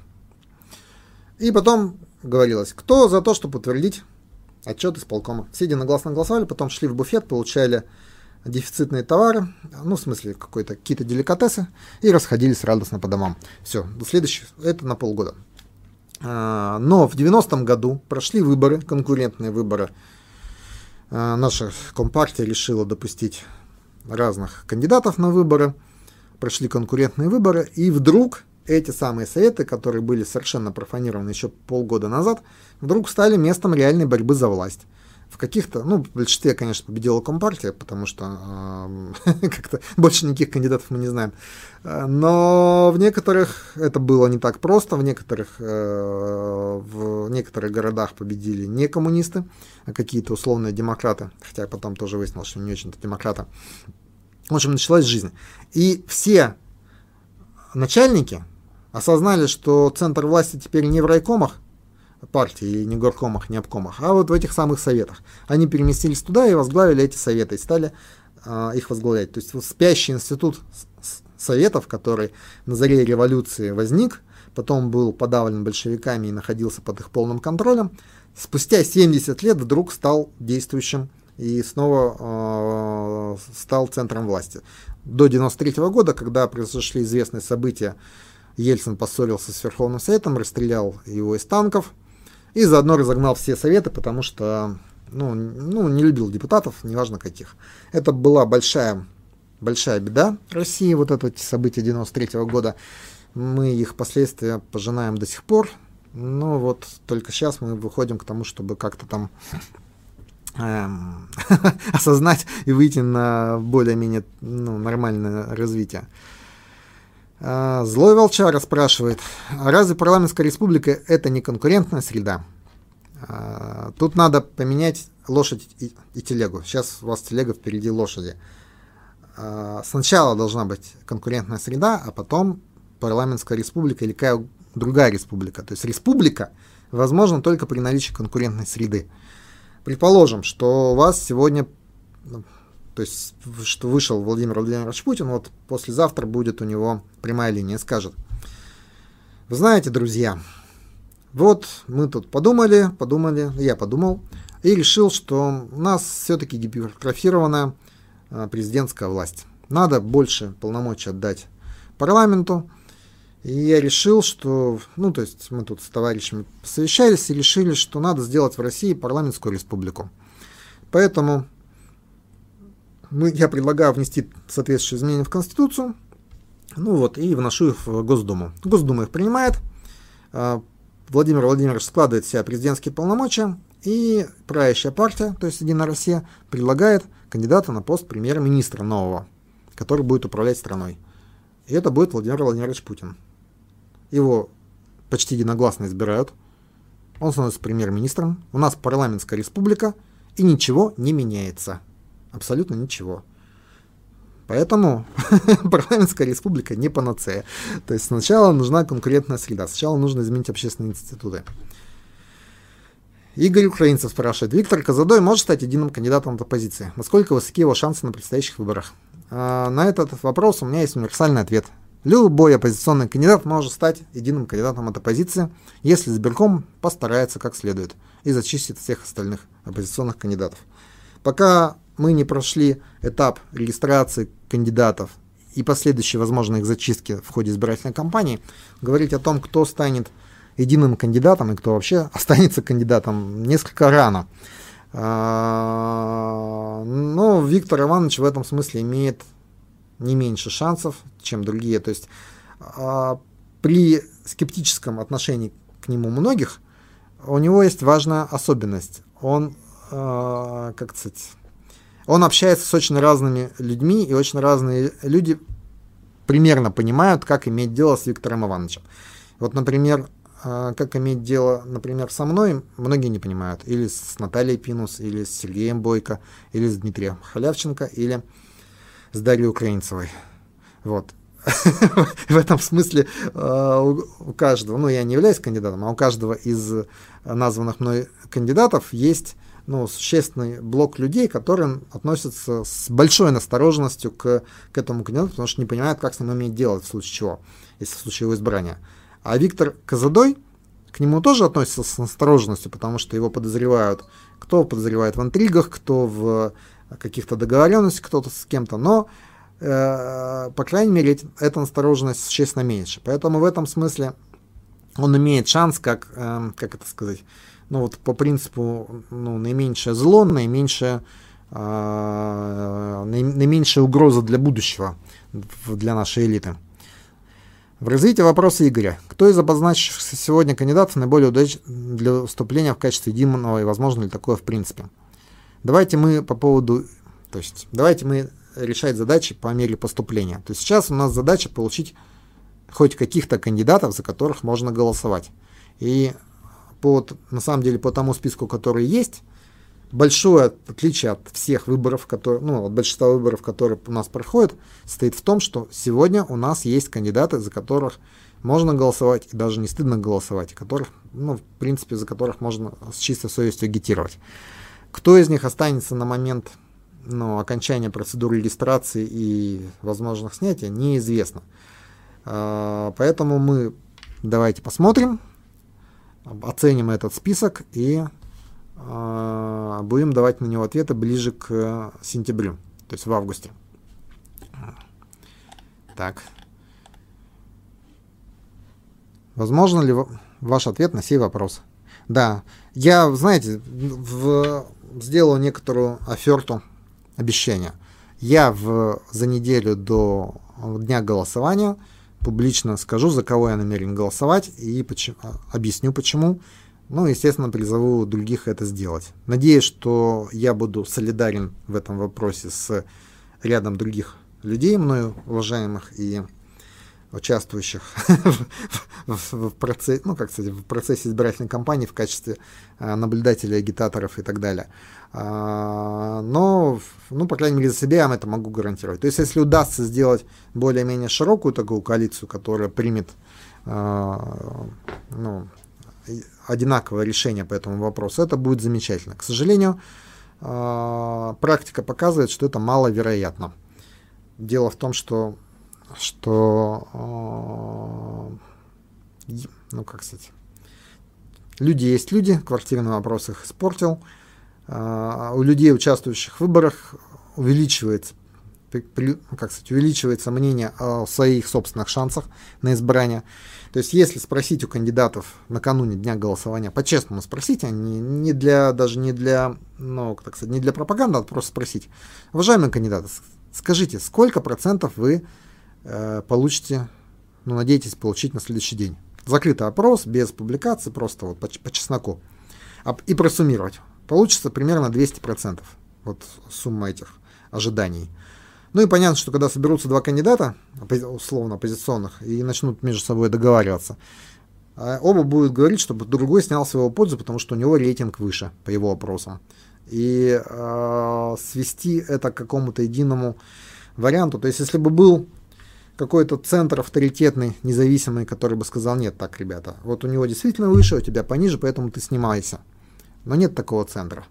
A: И потом говорилось, кто за то, чтобы утвердить отчет исполкома. Все единогласно голосовали, потом шли в буфет, получали дефицитные товары, ну, в смысле, какой-то, какие-то деликатесы, и расходились радостно по домам. Все, до следующего, это на полгода. А, но в девяностом году прошли выборы, конкурентные выборы. А, наша Компартия решила допустить разных кандидатов на выборы, прошли конкурентные выборы, и вдруг эти самые советы, которые были совершенно профанированы еще полгода назад, вдруг стали местом реальной борьбы за власть. В каких-то, ну, в большинстве, конечно, победила Компартия, потому что э, как-то больше никаких кандидатов мы не знаем. Но в некоторых это было не так просто, в некоторых, э, в некоторых городах победили не коммунисты, а какие-то условные демократы, хотя потом тоже выяснилось, что не очень-то демократы. В общем, началась жизнь. И все начальники осознали, что центр власти теперь не в райкомах партии, и не горкомах, не обкомах, а вот в этих самых советах. Они переместились туда и возглавили эти советы, и стали а, их возглавлять. То есть вот спящий институт советов, который на заре революции возник, потом был подавлен большевиками и находился под их полным контролем, спустя семьдесят лет вдруг стал действующим и снова э, стал центром власти. До девяносто третьего года, когда произошли известные события, Ельцин поссорился с Верховным Советом, расстрелял его из танков и заодно разогнал все советы, потому что ну, ну, не любил депутатов, неважно каких. Это была большая, большая беда России, вот это, эти события девяносто третьего года. Мы их последствия пожинаем до сих пор. Но вот только сейчас мы выходим к тому, чтобы как-то там эм, осознать и выйти на более-менее ну, нормальное развитие. Э, Злой Волчара спрашивает, а разве парламентская республика это не конкурентная среда? Э, тут надо поменять лошадь и, и телегу. Сейчас у вас телега впереди лошади. Э, сначала должна быть конкурентная среда, а потом парламентская республика или какая другая республика. То есть республика возможна только при наличии конкурентной среды. Предположим, что у вас сегодня, то есть, что вышел Владимир Владимирович Путин, вот послезавтра будет у него прямая линия, скажет: вы знаете, друзья, вот мы тут подумали, подумали, я подумал, и решил, что у нас все-таки гипертрофированная президентская власть. Надо больше полномочий отдать парламенту. И я решил, что, ну, то есть мы тут с товарищами посовещались и решили, что надо сделать в России парламентскую республику. Поэтому мы, я предлагаю внести соответствующие изменения в Конституцию, ну вот, и вношу их в Госдуму. Госдума их принимает, Владимир Владимирович складывает в себя президентские полномочия, и правящая партия, то есть Единая Россия, предлагает кандидата на пост премьер-министра нового, который будет управлять страной. И это будет Владимир Владимирович Путин. Его почти единогласно избирают. Он становится премьер-министром. У нас парламентская республика, и ничего не меняется. Абсолютно ничего. Поэтому парламентская республика не панацея. То есть сначала нужна конкурентная среда. Сначала нужно изменить общественные институты. Игорь Украинцев спрашивает: Виктор Козадой может стать единым кандидатом от оппозиции? Насколько высоки его шансы на предстоящих выборах? А, на этот вопрос у меня есть универсальный ответ. Любой оппозиционный кандидат может стать единым кандидатом от оппозиции, если избирком постарается как следует и зачистит всех остальных оппозиционных кандидатов. Пока мы не прошли этап регистрации кандидатов и последующей возможной их зачистки в ходе избирательной кампании, говорить о том, кто станет единым кандидатом и кто вообще останется кандидатом, несколько рано. Но Виктор Иванович в этом смысле имеет не меньше шансов, чем другие. То есть при скептическом отношении к нему многих у него есть важная особенность. Он, как сказать, он общается с очень разными людьми, и очень разные люди примерно понимают, как иметь дело с Виктором Ивановичем. Вот, например, как иметь дело, например, со мной, многие не понимают. Или с Натальей Пинус, или с Сергеем Бойко, или с Дмитрием Халявченко, или с Дарьей Украинцевой. Вот. В этом смысле у каждого, ну, я не являюсь кандидатом, а у каждого из названных мной кандидатов есть, ну, существенный блок людей, которые относятся с большой настороженностью к, к этому кандидату, потому что не понимают, как с ним иметь дело, в случае чего, если в случае его избрания. А Виктор Козадой, к нему тоже относится с настороженностью, потому что его подозревают, кто подозревает в интригах, кто в каких-то договоренностях, кто-то с кем-то, но, э, по крайней мере, эта настороженность существенно меньше. Поэтому в этом смысле он имеет шанс, как, э, как это сказать, ну вот по принципу, ну, наименьшее зло, наименьшее, э, наименьшая угроза для будущего, для нашей элиты. В развитии вопроса Игоря. Кто из обозначившихся сегодня кандидатов наиболее удачен для выступления в качестве единого, и возможно ли такое в принципе? Давайте мы по поводу, то есть давайте мы решать задачи по мере поступления. То есть сейчас у нас задача получить хоть каких-то кандидатов, за которых можно голосовать. И по, на самом деле по тому списку, который есть, большое отличие от всех выборов, которые, ну, от большинства выборов, которые у нас проходят, состоит в том, что сегодня у нас есть кандидаты, за которых можно голосовать, и даже не стыдно голосовать, и которых, ну, в принципе, за которых можно с чистой совестью агитировать. Кто из них останется на момент, ну, окончания процедуры регистрации и возможных снятия, неизвестно. Поэтому мы давайте посмотрим, оценим этот список и будем давать на него ответы ближе к сентябрю, то есть в августе. Так. Возможно ли ваш ответ на сей вопрос? Да, я, знаете, в, сделал некоторую оферту обещания. Я в, за неделю до дня голосования публично скажу, за кого я намерен голосовать, и почему, объясню почему. Ну, естественно, призову других это сделать. Надеюсь, что я буду солидарен в этом вопросе с рядом других людей, мною уважаемых и участвующих в, в, процессе, ну, как сказать, в процессе избирательной кампании в качестве а, наблюдателей, агитаторов и так далее. А, но, ну, по крайней мере, за себя я это могу гарантировать. То есть, если удастся сделать более-менее широкую такую коалицию, которая примет а, ну, одинаковое решение по этому вопросу, это будет замечательно. К сожалению, а, практика показывает, что это маловероятно. Дело в том, что что, э, ну, как сказать, люди есть люди, квартирный вопрос их испортил. Э, у людей, участвующих в выборах, увеличивается, при, как сказать, увеличивается мнение о своих собственных шансах на избрание. То есть, если спросить у кандидатов накануне дня голосования, по-честному спросить, а не, не для, даже не для, ну, так сказать, не для пропаганды, а просто спросить: уважаемые кандидаты, скажите, сколько процентов вы получите, ну, надеетесь получить на следующий день? Закрытый опрос, без публикации, просто вот по, по чесноку. И просуммировать. Получится примерно двести процентов. Вот сумма этих ожиданий. Ну и понятно, что когда соберутся два кандидата, условно оппозиционных, и начнут между собой договариваться, оба будут говорить, чтобы другой снял в его пользу, потому что у него рейтинг выше по его опросам. И э, свести это к какому-то единому варианту. То есть, если бы был какой-то центр авторитетный, независимый, который бы сказал: нет, так, ребята, вот у него действительно выше, у тебя пониже, поэтому ты снимайся. Но нет такого центра.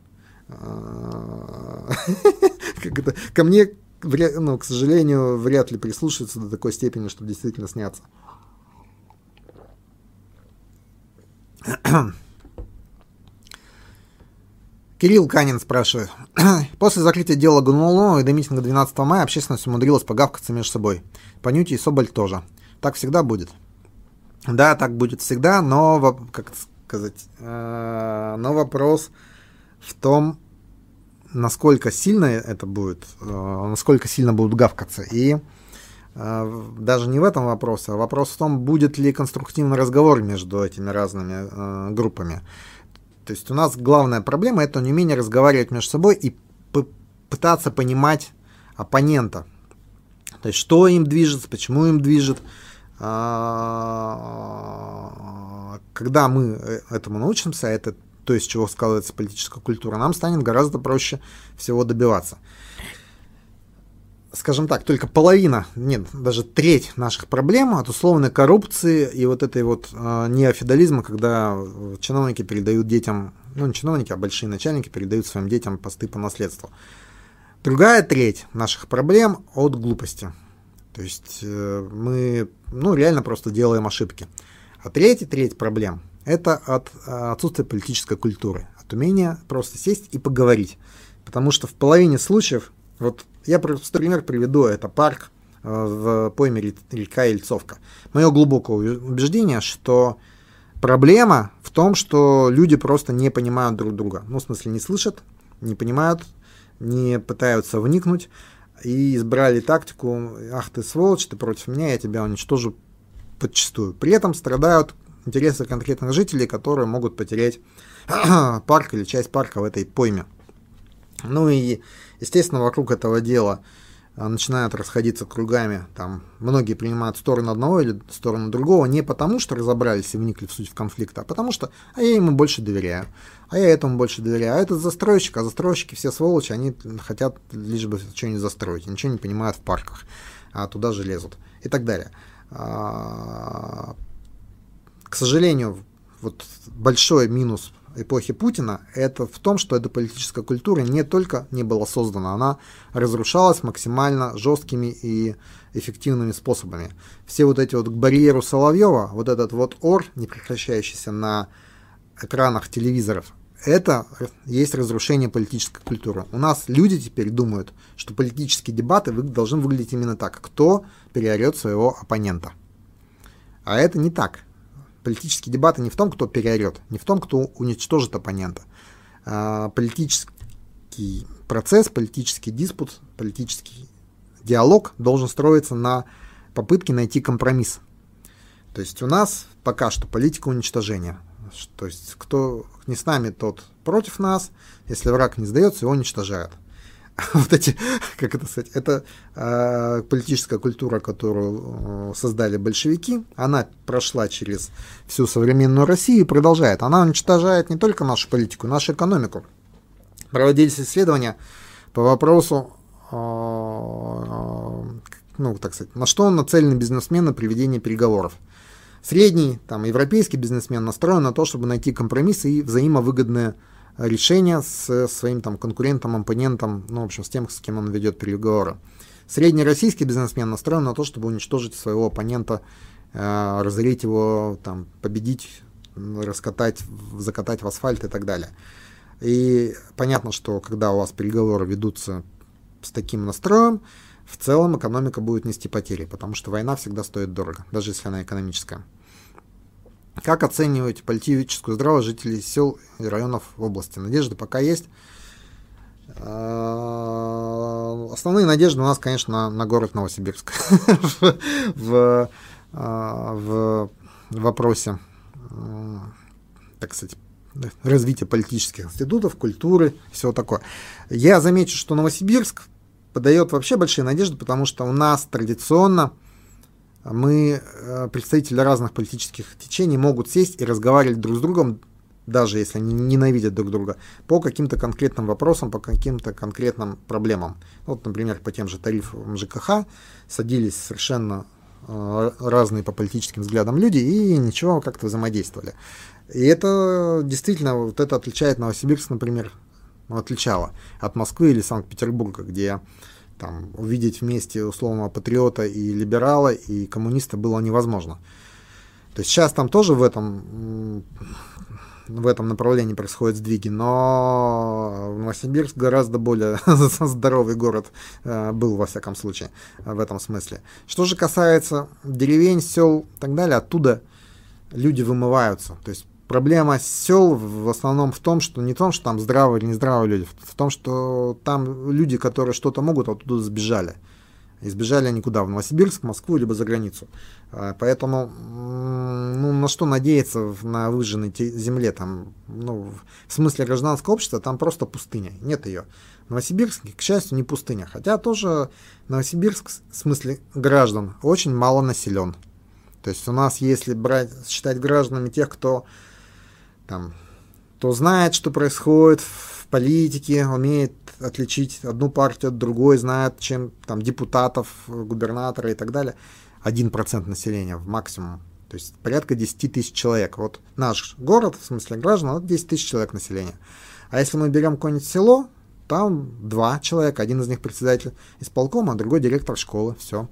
A: Ко мне, ну, к сожалению, вряд ли прислушиваются до такой степени, чтобы действительно сняться. Кирилл Канин спрашивает. После закрытия дела Гонолулова и до митинга двенадцатого мая общественность умудрилась погавкаться между собой. Панютий и Соболь тоже. Так всегда будет? Да, так будет всегда, но, как сказать, но вопрос в том, насколько сильно это будет, насколько сильно будут гавкаться. И даже не в этом вопрос, а вопрос в том, будет ли конструктивный разговор между этими разными группами. То есть у нас главная проблема — это неумение разговаривать между собой и пытаться понимать оппонента. То есть что им движет, почему им движет. Когда мы этому научимся, это то, из чего складывается политическая культура, нам станет гораздо проще всего добиваться. Скажем так, только половина, нет, даже треть наших проблем от условной коррупции и вот этой вот э, неофеодализма, когда чиновники передают детям, ну не чиновники, а большие начальники передают своим детям посты по наследству. Другая треть наших проблем от глупости. То есть э, мы, ну, реально просто делаем ошибки. А третья треть проблем — это от э, отсутствия политической культуры, от умения просто сесть и поговорить. Потому что в половине случаев, вот я просто пример приведу, это парк э, в пойме река Ельцовка. Мое глубокое убеждение, что проблема в том, что люди просто не понимают друг друга. Ну, в смысле, не слышат, не понимают, не пытаются вникнуть и избрали тактику: ах ты сволочь, ты против меня, я тебя уничтожу подчистую. При этом страдают интересы конкретных жителей, которые могут потерять парк или часть парка в этой пойме. Ну и, естественно, вокруг этого дела начинают расходиться кругами. Там многие принимают сторону одного или сторону другого не потому, что разобрались и вникли в суть конфликта, а потому что а я ему больше доверяю, а я этому больше доверяю, а этот застройщик, а застройщики все сволочи, они хотят лишь бы что-нибудь застроить, ничего не понимают в парках, а туда же лезут и так далее. К сожалению, вот большой минус эпохи Путина — это в том, что эта политическая культура не только не была создана, она разрушалась максимально жесткими и эффективными способами. Все вот эти вот к барьеру Соловьева, вот этот вот ор, не прекращающийся на экранах телевизоров, это есть разрушение политической культуры. У нас люди теперь думают, что политические дебаты должны выглядеть именно так. Кто переорет своего оппонента. А это не так. Политические дебаты не в том, кто переорет, не в том, кто уничтожит оппонента. А политический процесс, политический диспут, политический диалог должен строиться на попытке найти компромисс. То есть у нас пока что политика уничтожения. То есть кто не с нами, тот против нас. Если враг не сдается, его уничтожают. Вот эти, как это сказать, это э, политическая культура, которую э, создали большевики, она прошла через всю современную Россию и продолжает. Она уничтожает не только нашу политику, нашу экономику. Проводились исследования по вопросу, э, ну, так сказать, на что нацелены бизнесмены при ведении переговоров. Средний, там, европейский бизнесмен настроен на то, чтобы найти компромиссы и взаимовыгодные решения с своим там конкурентом, оппонентом, ну, в общем, с тем, с кем он ведет переговоры. Средний российский бизнесмен настроен на то, чтобы уничтожить своего оппонента, э, разорить его, там, победить, раскатать, закатать в асфальт и так далее. И понятно, что когда у вас переговоры ведутся с таким настроем, в целом экономика будет нести потери, потому что война всегда стоит дорого, даже если она экономическая. Как оцениваете политическую здравость жителей сел и районов области? Надежды пока есть. Основные надежды у нас, конечно, на город Новосибирск в вопросе, так сказать, развития политических институтов, культуры, всего такое. Я замечу, что Новосибирск подает вообще большие надежды, потому что у нас традиционно мы, представители разных политических течений, могут сесть и разговаривать друг с другом, даже если они ненавидят друг друга, по каким-то конкретным вопросам, по каким-то конкретным проблемам. Вот, например, по тем же тарифам ЖКХ садились совершенно разные по политическим взглядам люди и ничего, как-то взаимодействовали. И это действительно, вот это отличает Новосибирск, например, отличало от Москвы или Санкт-Петербурга, где там увидеть вместе условного патриота и либерала, и коммуниста было невозможно. То есть сейчас там тоже в этом, в этом направлении происходят сдвиги, но Новосибирск гораздо более здоровый город был, во всяком случае, в этом смысле. Что же касается деревень, сел и так далее, оттуда люди вымываются. То есть проблема сел в основном в том, что не в том, что там здравые или нездравые люди, в том, что там люди, которые что-то могут, оттуда сбежали. И сбежали они куда? В Новосибирск, в Москву, либо за границу. Поэтому, ну, на что надеяться на выжженной земле? Там, ну, в смысле гражданского общества там просто пустыня, нет ее. Новосибирск, к счастью, не пустыня. Хотя тоже Новосибирск, в смысле граждан, очень мало населен. То есть у нас, если брать, считать гражданами тех, кто там, кто знает, что происходит в политике, умеет отличить одну партию от другой, знает, чем там депутатов, губернатора и так далее, один процент населения в максимум. То есть порядка десять тысяч человек. Вот наш город, в смысле граждан, это десять тысяч человек населения. А если мы берем какое-нибудь село, там два человека, один из них председатель исполкома, а другой директор школы. Все.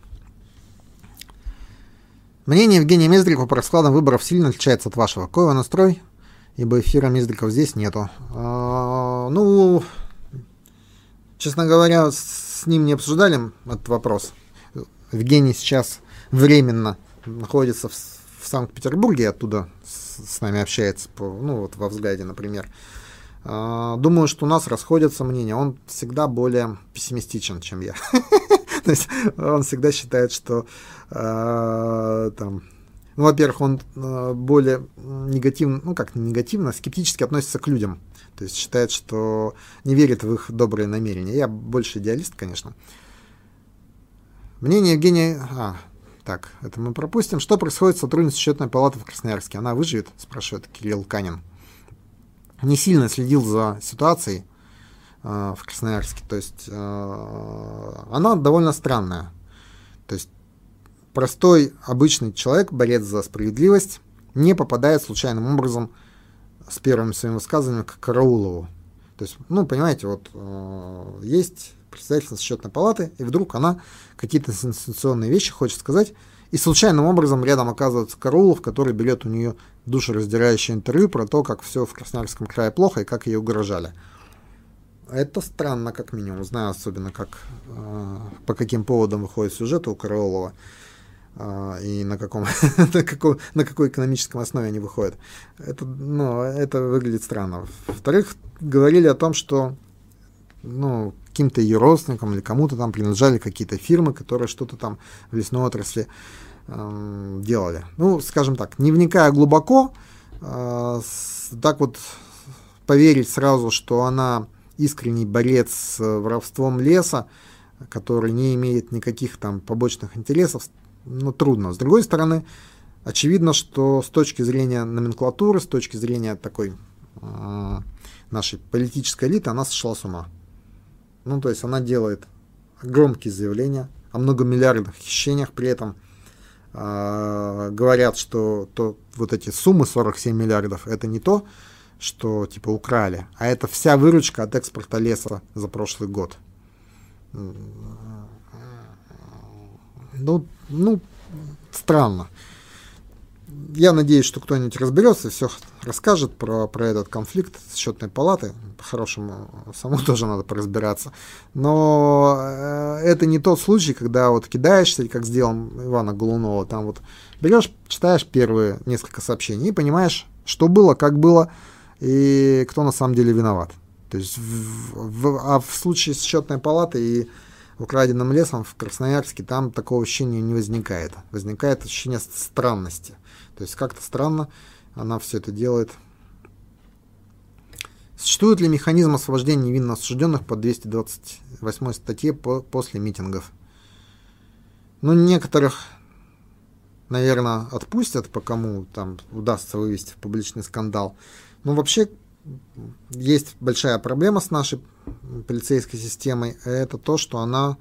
A: Мнение Евгения Мездрикова по раскладам выборов сильно отличается от вашего. Какой его настрой? Ибо эфира Мездрикова здесь нету. А, ну, честно говоря, с ним не обсуждали этот вопрос. Евгений сейчас временно находится в, в Санкт-Петербурге, оттуда с, с нами общается, по, ну вот во взгляде, например. А, думаю, что у нас расходятся мнения. Он всегда более пессимистичен, чем я. То есть он всегда считает, что э, там, ну, во-первых, он э, более негативно, ну как негативно, скептически относится к людям. То есть считает, что не верит в их добрые намерения. Я больше идеалист, конечно. Мнение Евгения... А, так, это мы пропустим. Что происходит с сотрудницей счетной палаты в Красноярске? Она выживет? Спрашивает Кирилл Канин. Не сильно следил за ситуацией в Красноярске, то есть э, она довольно странная. То есть простой, обычный человек, борец за справедливость, не попадает случайным образом с первым своим высказыванием к Караулову. То есть, ну, понимаете, вот э, есть председательница счетной палаты, и вдруг она какие-то сенсационные вещи хочет сказать, И случайным образом рядом оказывается Караулов, который берет у нее душераздирающее интервью про то, как все в Красноярском крае плохо и как ей угрожали. Это странно, как минимум. Знаю особенно, как, э, по каким поводам выходит сюжет у Караулова э, и на, каком, на, каком, на какой экономической основе они выходят. Это, ну, это выглядит странно. Во-вторых, говорили о том, что ну, каким-то ее родственникам или кому-то там принадлежали какие-то фирмы, которые что-то там в лесной отрасли э, делали. Ну, скажем так, не вникая глубоко, э, с, так вот поверить сразу, что она искренний борец с воровством леса, который не имеет никаких там побочных интересов, ну, трудно. С другой стороны, очевидно, что с точки зрения номенклатуры, с точки зрения такой э, нашей политической элиты, она сошла с ума. Ну, то есть она делает громкие заявления о многомиллиардных хищениях, при этом э, говорят, что то, вот эти суммы сорок семь миллиардов, это не то, что типа украли, а это вся выручка от экспорта леса за прошлый год. Ну, ну странно. Я надеюсь, что кто-нибудь разберется и все расскажет про, про этот конфликт с счетной палатой. По-хорошему, самому тоже надо поразбираться. Но э, это не тот случай, когда вот кидаешься, как сделал Ивана Голунова, там вот берешь, читаешь первые несколько сообщений и понимаешь, что было, как было, и кто на самом деле виноват. То есть в, в, а в случае с счетной палатой и украденным лесом в Красноярске там такого ощущения не возникает. Возникает ощущение странности. То есть как-то странно она все это делает. Существует ли механизм освобождения невинно осужденных по двести двадцать восьмой статье по, после митингов? Ну, некоторых, наверное, отпустят, по кому там удастся вывести в публичный скандал. Но вообще есть большая проблема с нашей полицейской системой. Это то, что она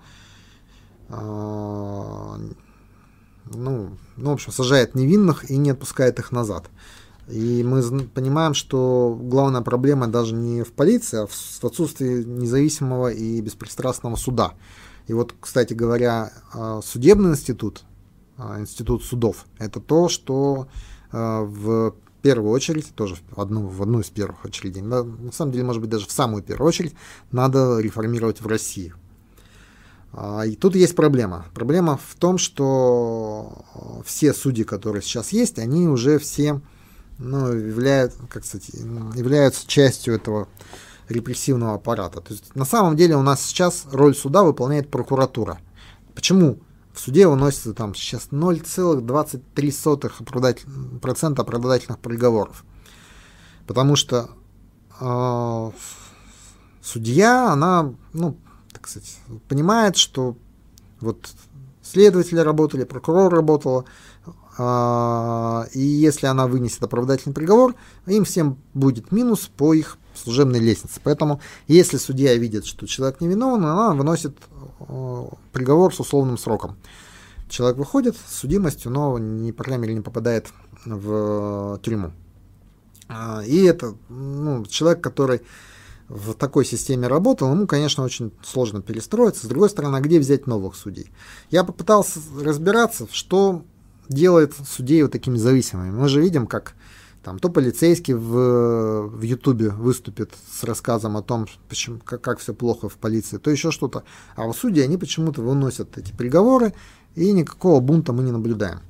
A: э, ну, ну, в общем, сажает невинных и не отпускает их назад. И мы понимаем, что главная проблема даже не в полиции, а в отсутствии независимого и беспристрастного суда. И вот, кстати говоря, судебный институт, институт судов, это то, что в первую очередь, тоже в одну, в одну из первых очередей, на самом деле, может быть, даже в самую первую очередь, надо реформировать в России. И тут есть проблема. Проблема в том, что все судьи, которые сейчас есть, они уже все ну, являются, как сказать, являются частью этого репрессивного аппарата. То есть на самом деле у нас сейчас роль суда выполняет прокуратура. Почему? В суде выносится там сейчас ноль целых двадцать три сотых процента оправдательных приговоров. Потому что э, судья, она, ну, так сказать, понимает, что вот следователи работали, прокурор работал, э, и если она вынесет оправдательный приговор, им всем будет минус по их служебной лестнице. Поэтому, если судья видит, что человек невиновен, она выносит э, приговор с условным сроком. Человек выходит с судимостью, но, не, по крайней мере, не попадает в э, тюрьму. Э, и это ну, человек, который в такой системе работал, ему, конечно, очень сложно перестроиться. С другой стороны, а где взять новых судей? Я попытался разбираться, что делает судей вот такими зависимыми. Мы же видим, как там, то полицейский в, в Ютубе выступит с рассказом о том, почему, как, как все плохо в полиции, то еще что-то. А у судей они почему-то выносят эти приговоры, и никакого бунта мы не наблюдаем.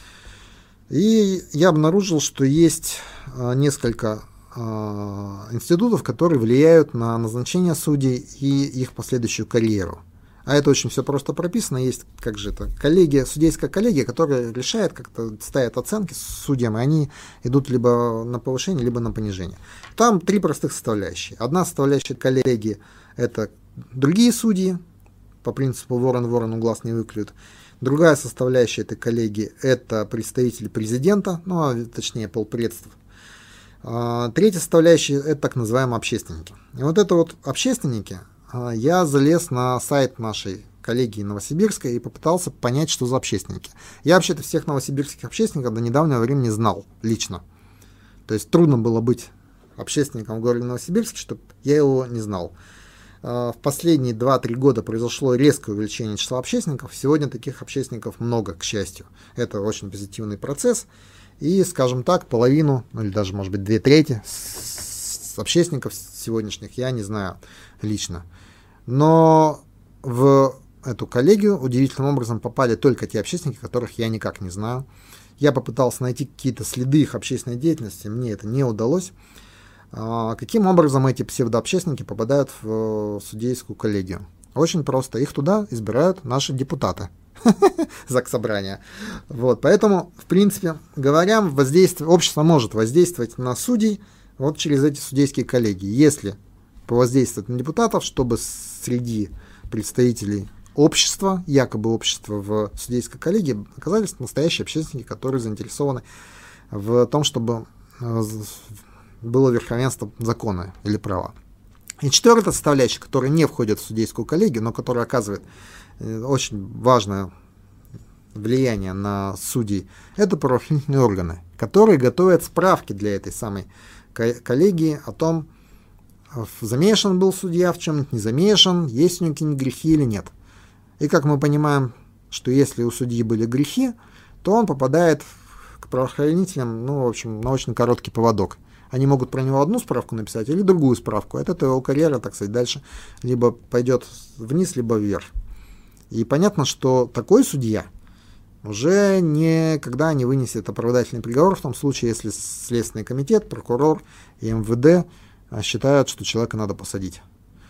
A: И я обнаружил, что есть а, несколько а, институтов, которые влияют на назначение судей и их последующую карьеру. А это очень все просто прописано. Есть, как же это, коллегия, судейская коллегия, которая решает, как-то ставит оценки судьям, и они идут либо на повышение, либо на понижение. Там три простых составляющие. Одна составляющая коллегии – это другие судьи, по принципу ворон ворону глаз не выклюют. Другая составляющая этой коллегии – это представители президента, ну, а, точнее, полпредств. А, третья составляющая – это так называемые общественники. И вот это вот общественники – я залез на сайт нашей коллегии Новосибирской и попытался понять, что за общественники. Я вообще-то всех новосибирских общественников до недавнего времени знал лично. То есть трудно было быть общественником в городе Новосибирске, чтобы я его не знал. в последние два-три года произошло резкое увеличение числа общественников. Сегодня таких общественников много, к счастью. Это очень позитивный процесс. И, скажем так, половину, ну или даже, может быть, две трети с общественников сегодняшних я не знаю лично. Но в эту коллегию удивительным образом попали только те общественники, которых я никак не знаю. Я попытался найти какие-то следы их общественной деятельности, мне это не удалось. Каким образом эти псевдообщественники попадают в судейскую коллегию? Очень просто. Их туда избирают наши депутаты Заксобрания. Вот. Поэтому, в принципе говоря, воздействие, общество может воздействовать на судей вот через эти судейские коллегии. Если повоздействовать на депутатов, чтобы среди представителей общества, якобы общества в судейской коллегии, оказались настоящие общественники, которые заинтересованы в том, чтобы было верховенство закона или права. И четвертая составляющая, которая не входит в судейскую коллегию, но которая оказывает очень важное влияние на судей, это правоохранительные органы, которые готовят справки для этой самой коллегии о том, замешан был судья в чем-нибудь, не замешан, есть у него какие-нибудь грехи или нет. И как мы понимаем, что если у судьи были грехи, то он попадает к правоохранителям, ну, в общем, на очень короткий поводок. Они могут про него одну справку написать или другую справку. От этого его карьера, так сказать, дальше либо пойдет вниз, либо вверх. И понятно, что такой судья уже никогда не вынесет оправдательный приговор в том случае, если Следственный комитет, прокурор и эм вэ дэ считают, что человека надо посадить.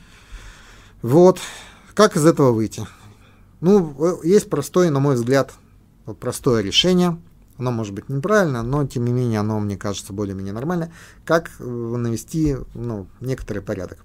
A: Вот. Как из этого выйти? Ну, есть простое, на мой взгляд, простое решение. Оно может быть неправильно, но тем не менее оно, мне кажется, более-менее нормально. Как навести, ну, некоторый порядок?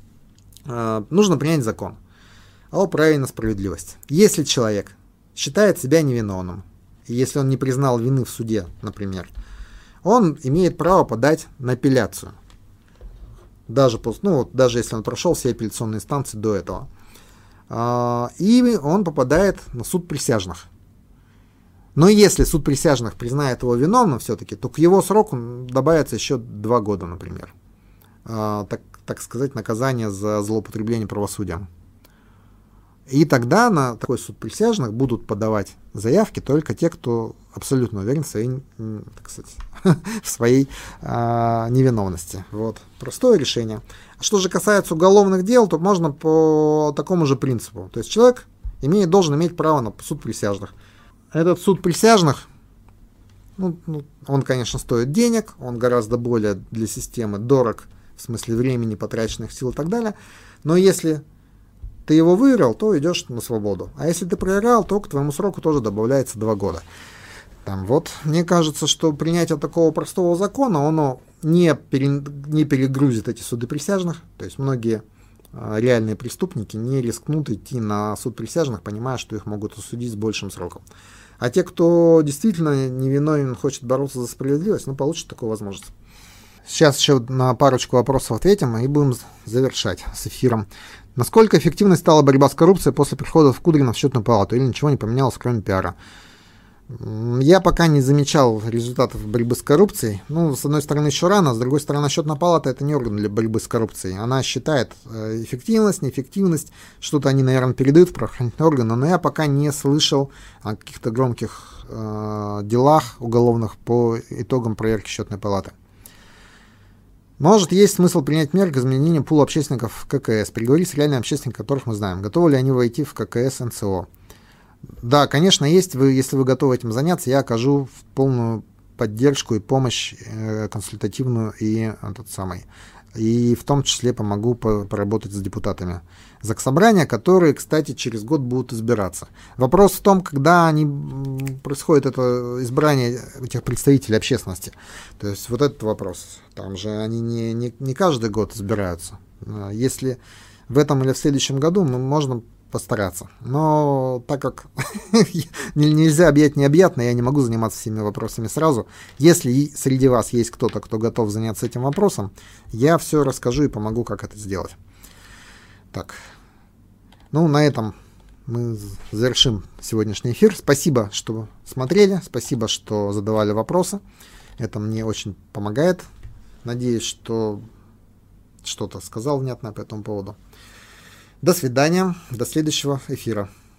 A: Э, нужно принять закон о праве на справедливость. Если человек считает себя невиновным, и если он не признал вины в суде, например, он имеет право подать на апелляцию. Даже, после, ну, вот, даже если он прошел все апелляционные инстанции до этого. Э, и он попадает на суд присяжных. Но если суд присяжных признает его виновным все-таки, то к его сроку добавится еще два года, например. А, так, так сказать, наказание за злоупотребление правосудием. И тогда на такой суд присяжных будут подавать заявки только те, кто абсолютно уверен в своей, так сказать, в своей а, невиновности. Вот. Простое решение. Что же касается уголовных дел, то можно по такому же принципу. То есть человек имеет, должен иметь право на суд присяжных. Этот суд присяжных, ну, ну, он, конечно, стоит денег, он гораздо более для системы дорог, в смысле времени, потраченных сил и так далее. Но если ты его выиграл, то идешь на свободу. А если ты проиграл, то к твоему сроку тоже добавляется два года. Там, вот, мне кажется, что принятие такого простого закона, оно не, пере, не перегрузит эти суды присяжных. То есть многие а, реальные преступники не рискнут идти на суд присяжных, понимая, что их могут осудить с большим сроком. А те, кто действительно невиновен, хочет бороться за справедливость, ну, получат такую возможность. Сейчас еще на парочку вопросов ответим и будем завершать с эфиром. Насколько эффективной стала борьба с коррупцией после прихода в Кудрина в счетную палату? Или ничего не поменялось, кроме пиара? Я пока не замечал результатов борьбы с коррупцией. Ну, с одной стороны, еще рано, с другой стороны, счетная палата — это не орган для борьбы с коррупцией. Она считает эффективность, неэффективность, что-то они, наверное, передают в правоохранительные органы, но я пока не слышал о каких-то громких э, делах уголовных по итогам проверки счетной палаты. Может, есть смысл принять меры к изменению пула общественников в ка ка эс, переговорить с реальными общественниками, которых мы знаем. Готовы ли они войти в ка ка эс эн цэ о? Да, конечно, есть. Вы, если вы готовы этим заняться, я окажу полную поддержку и помощь э, консультативную и этот самый. И в том числе помогу по, поработать с депутатами Заксобрания, которые, кстати, через год будут избираться. Вопрос в том, когда они, происходит это избрание этих представителей общественности. То есть вот этот вопрос. Там же они не, не, не каждый год избираются. Если в этом или в следующем году, мы можно постараться. Но так как нельзя объять необъятное, я не могу заниматься всеми вопросами сразу. Если среди вас есть кто-то, кто готов заняться этим вопросом, я все расскажу и помогу, как это сделать. Так, ну на этом мы завершим сегодняшний эфир. Спасибо, что смотрели, спасибо, что задавали вопросы. Это мне очень помогает. Надеюсь, что что-то сказал внятно по этому поводу. До свидания, до следующего эфира.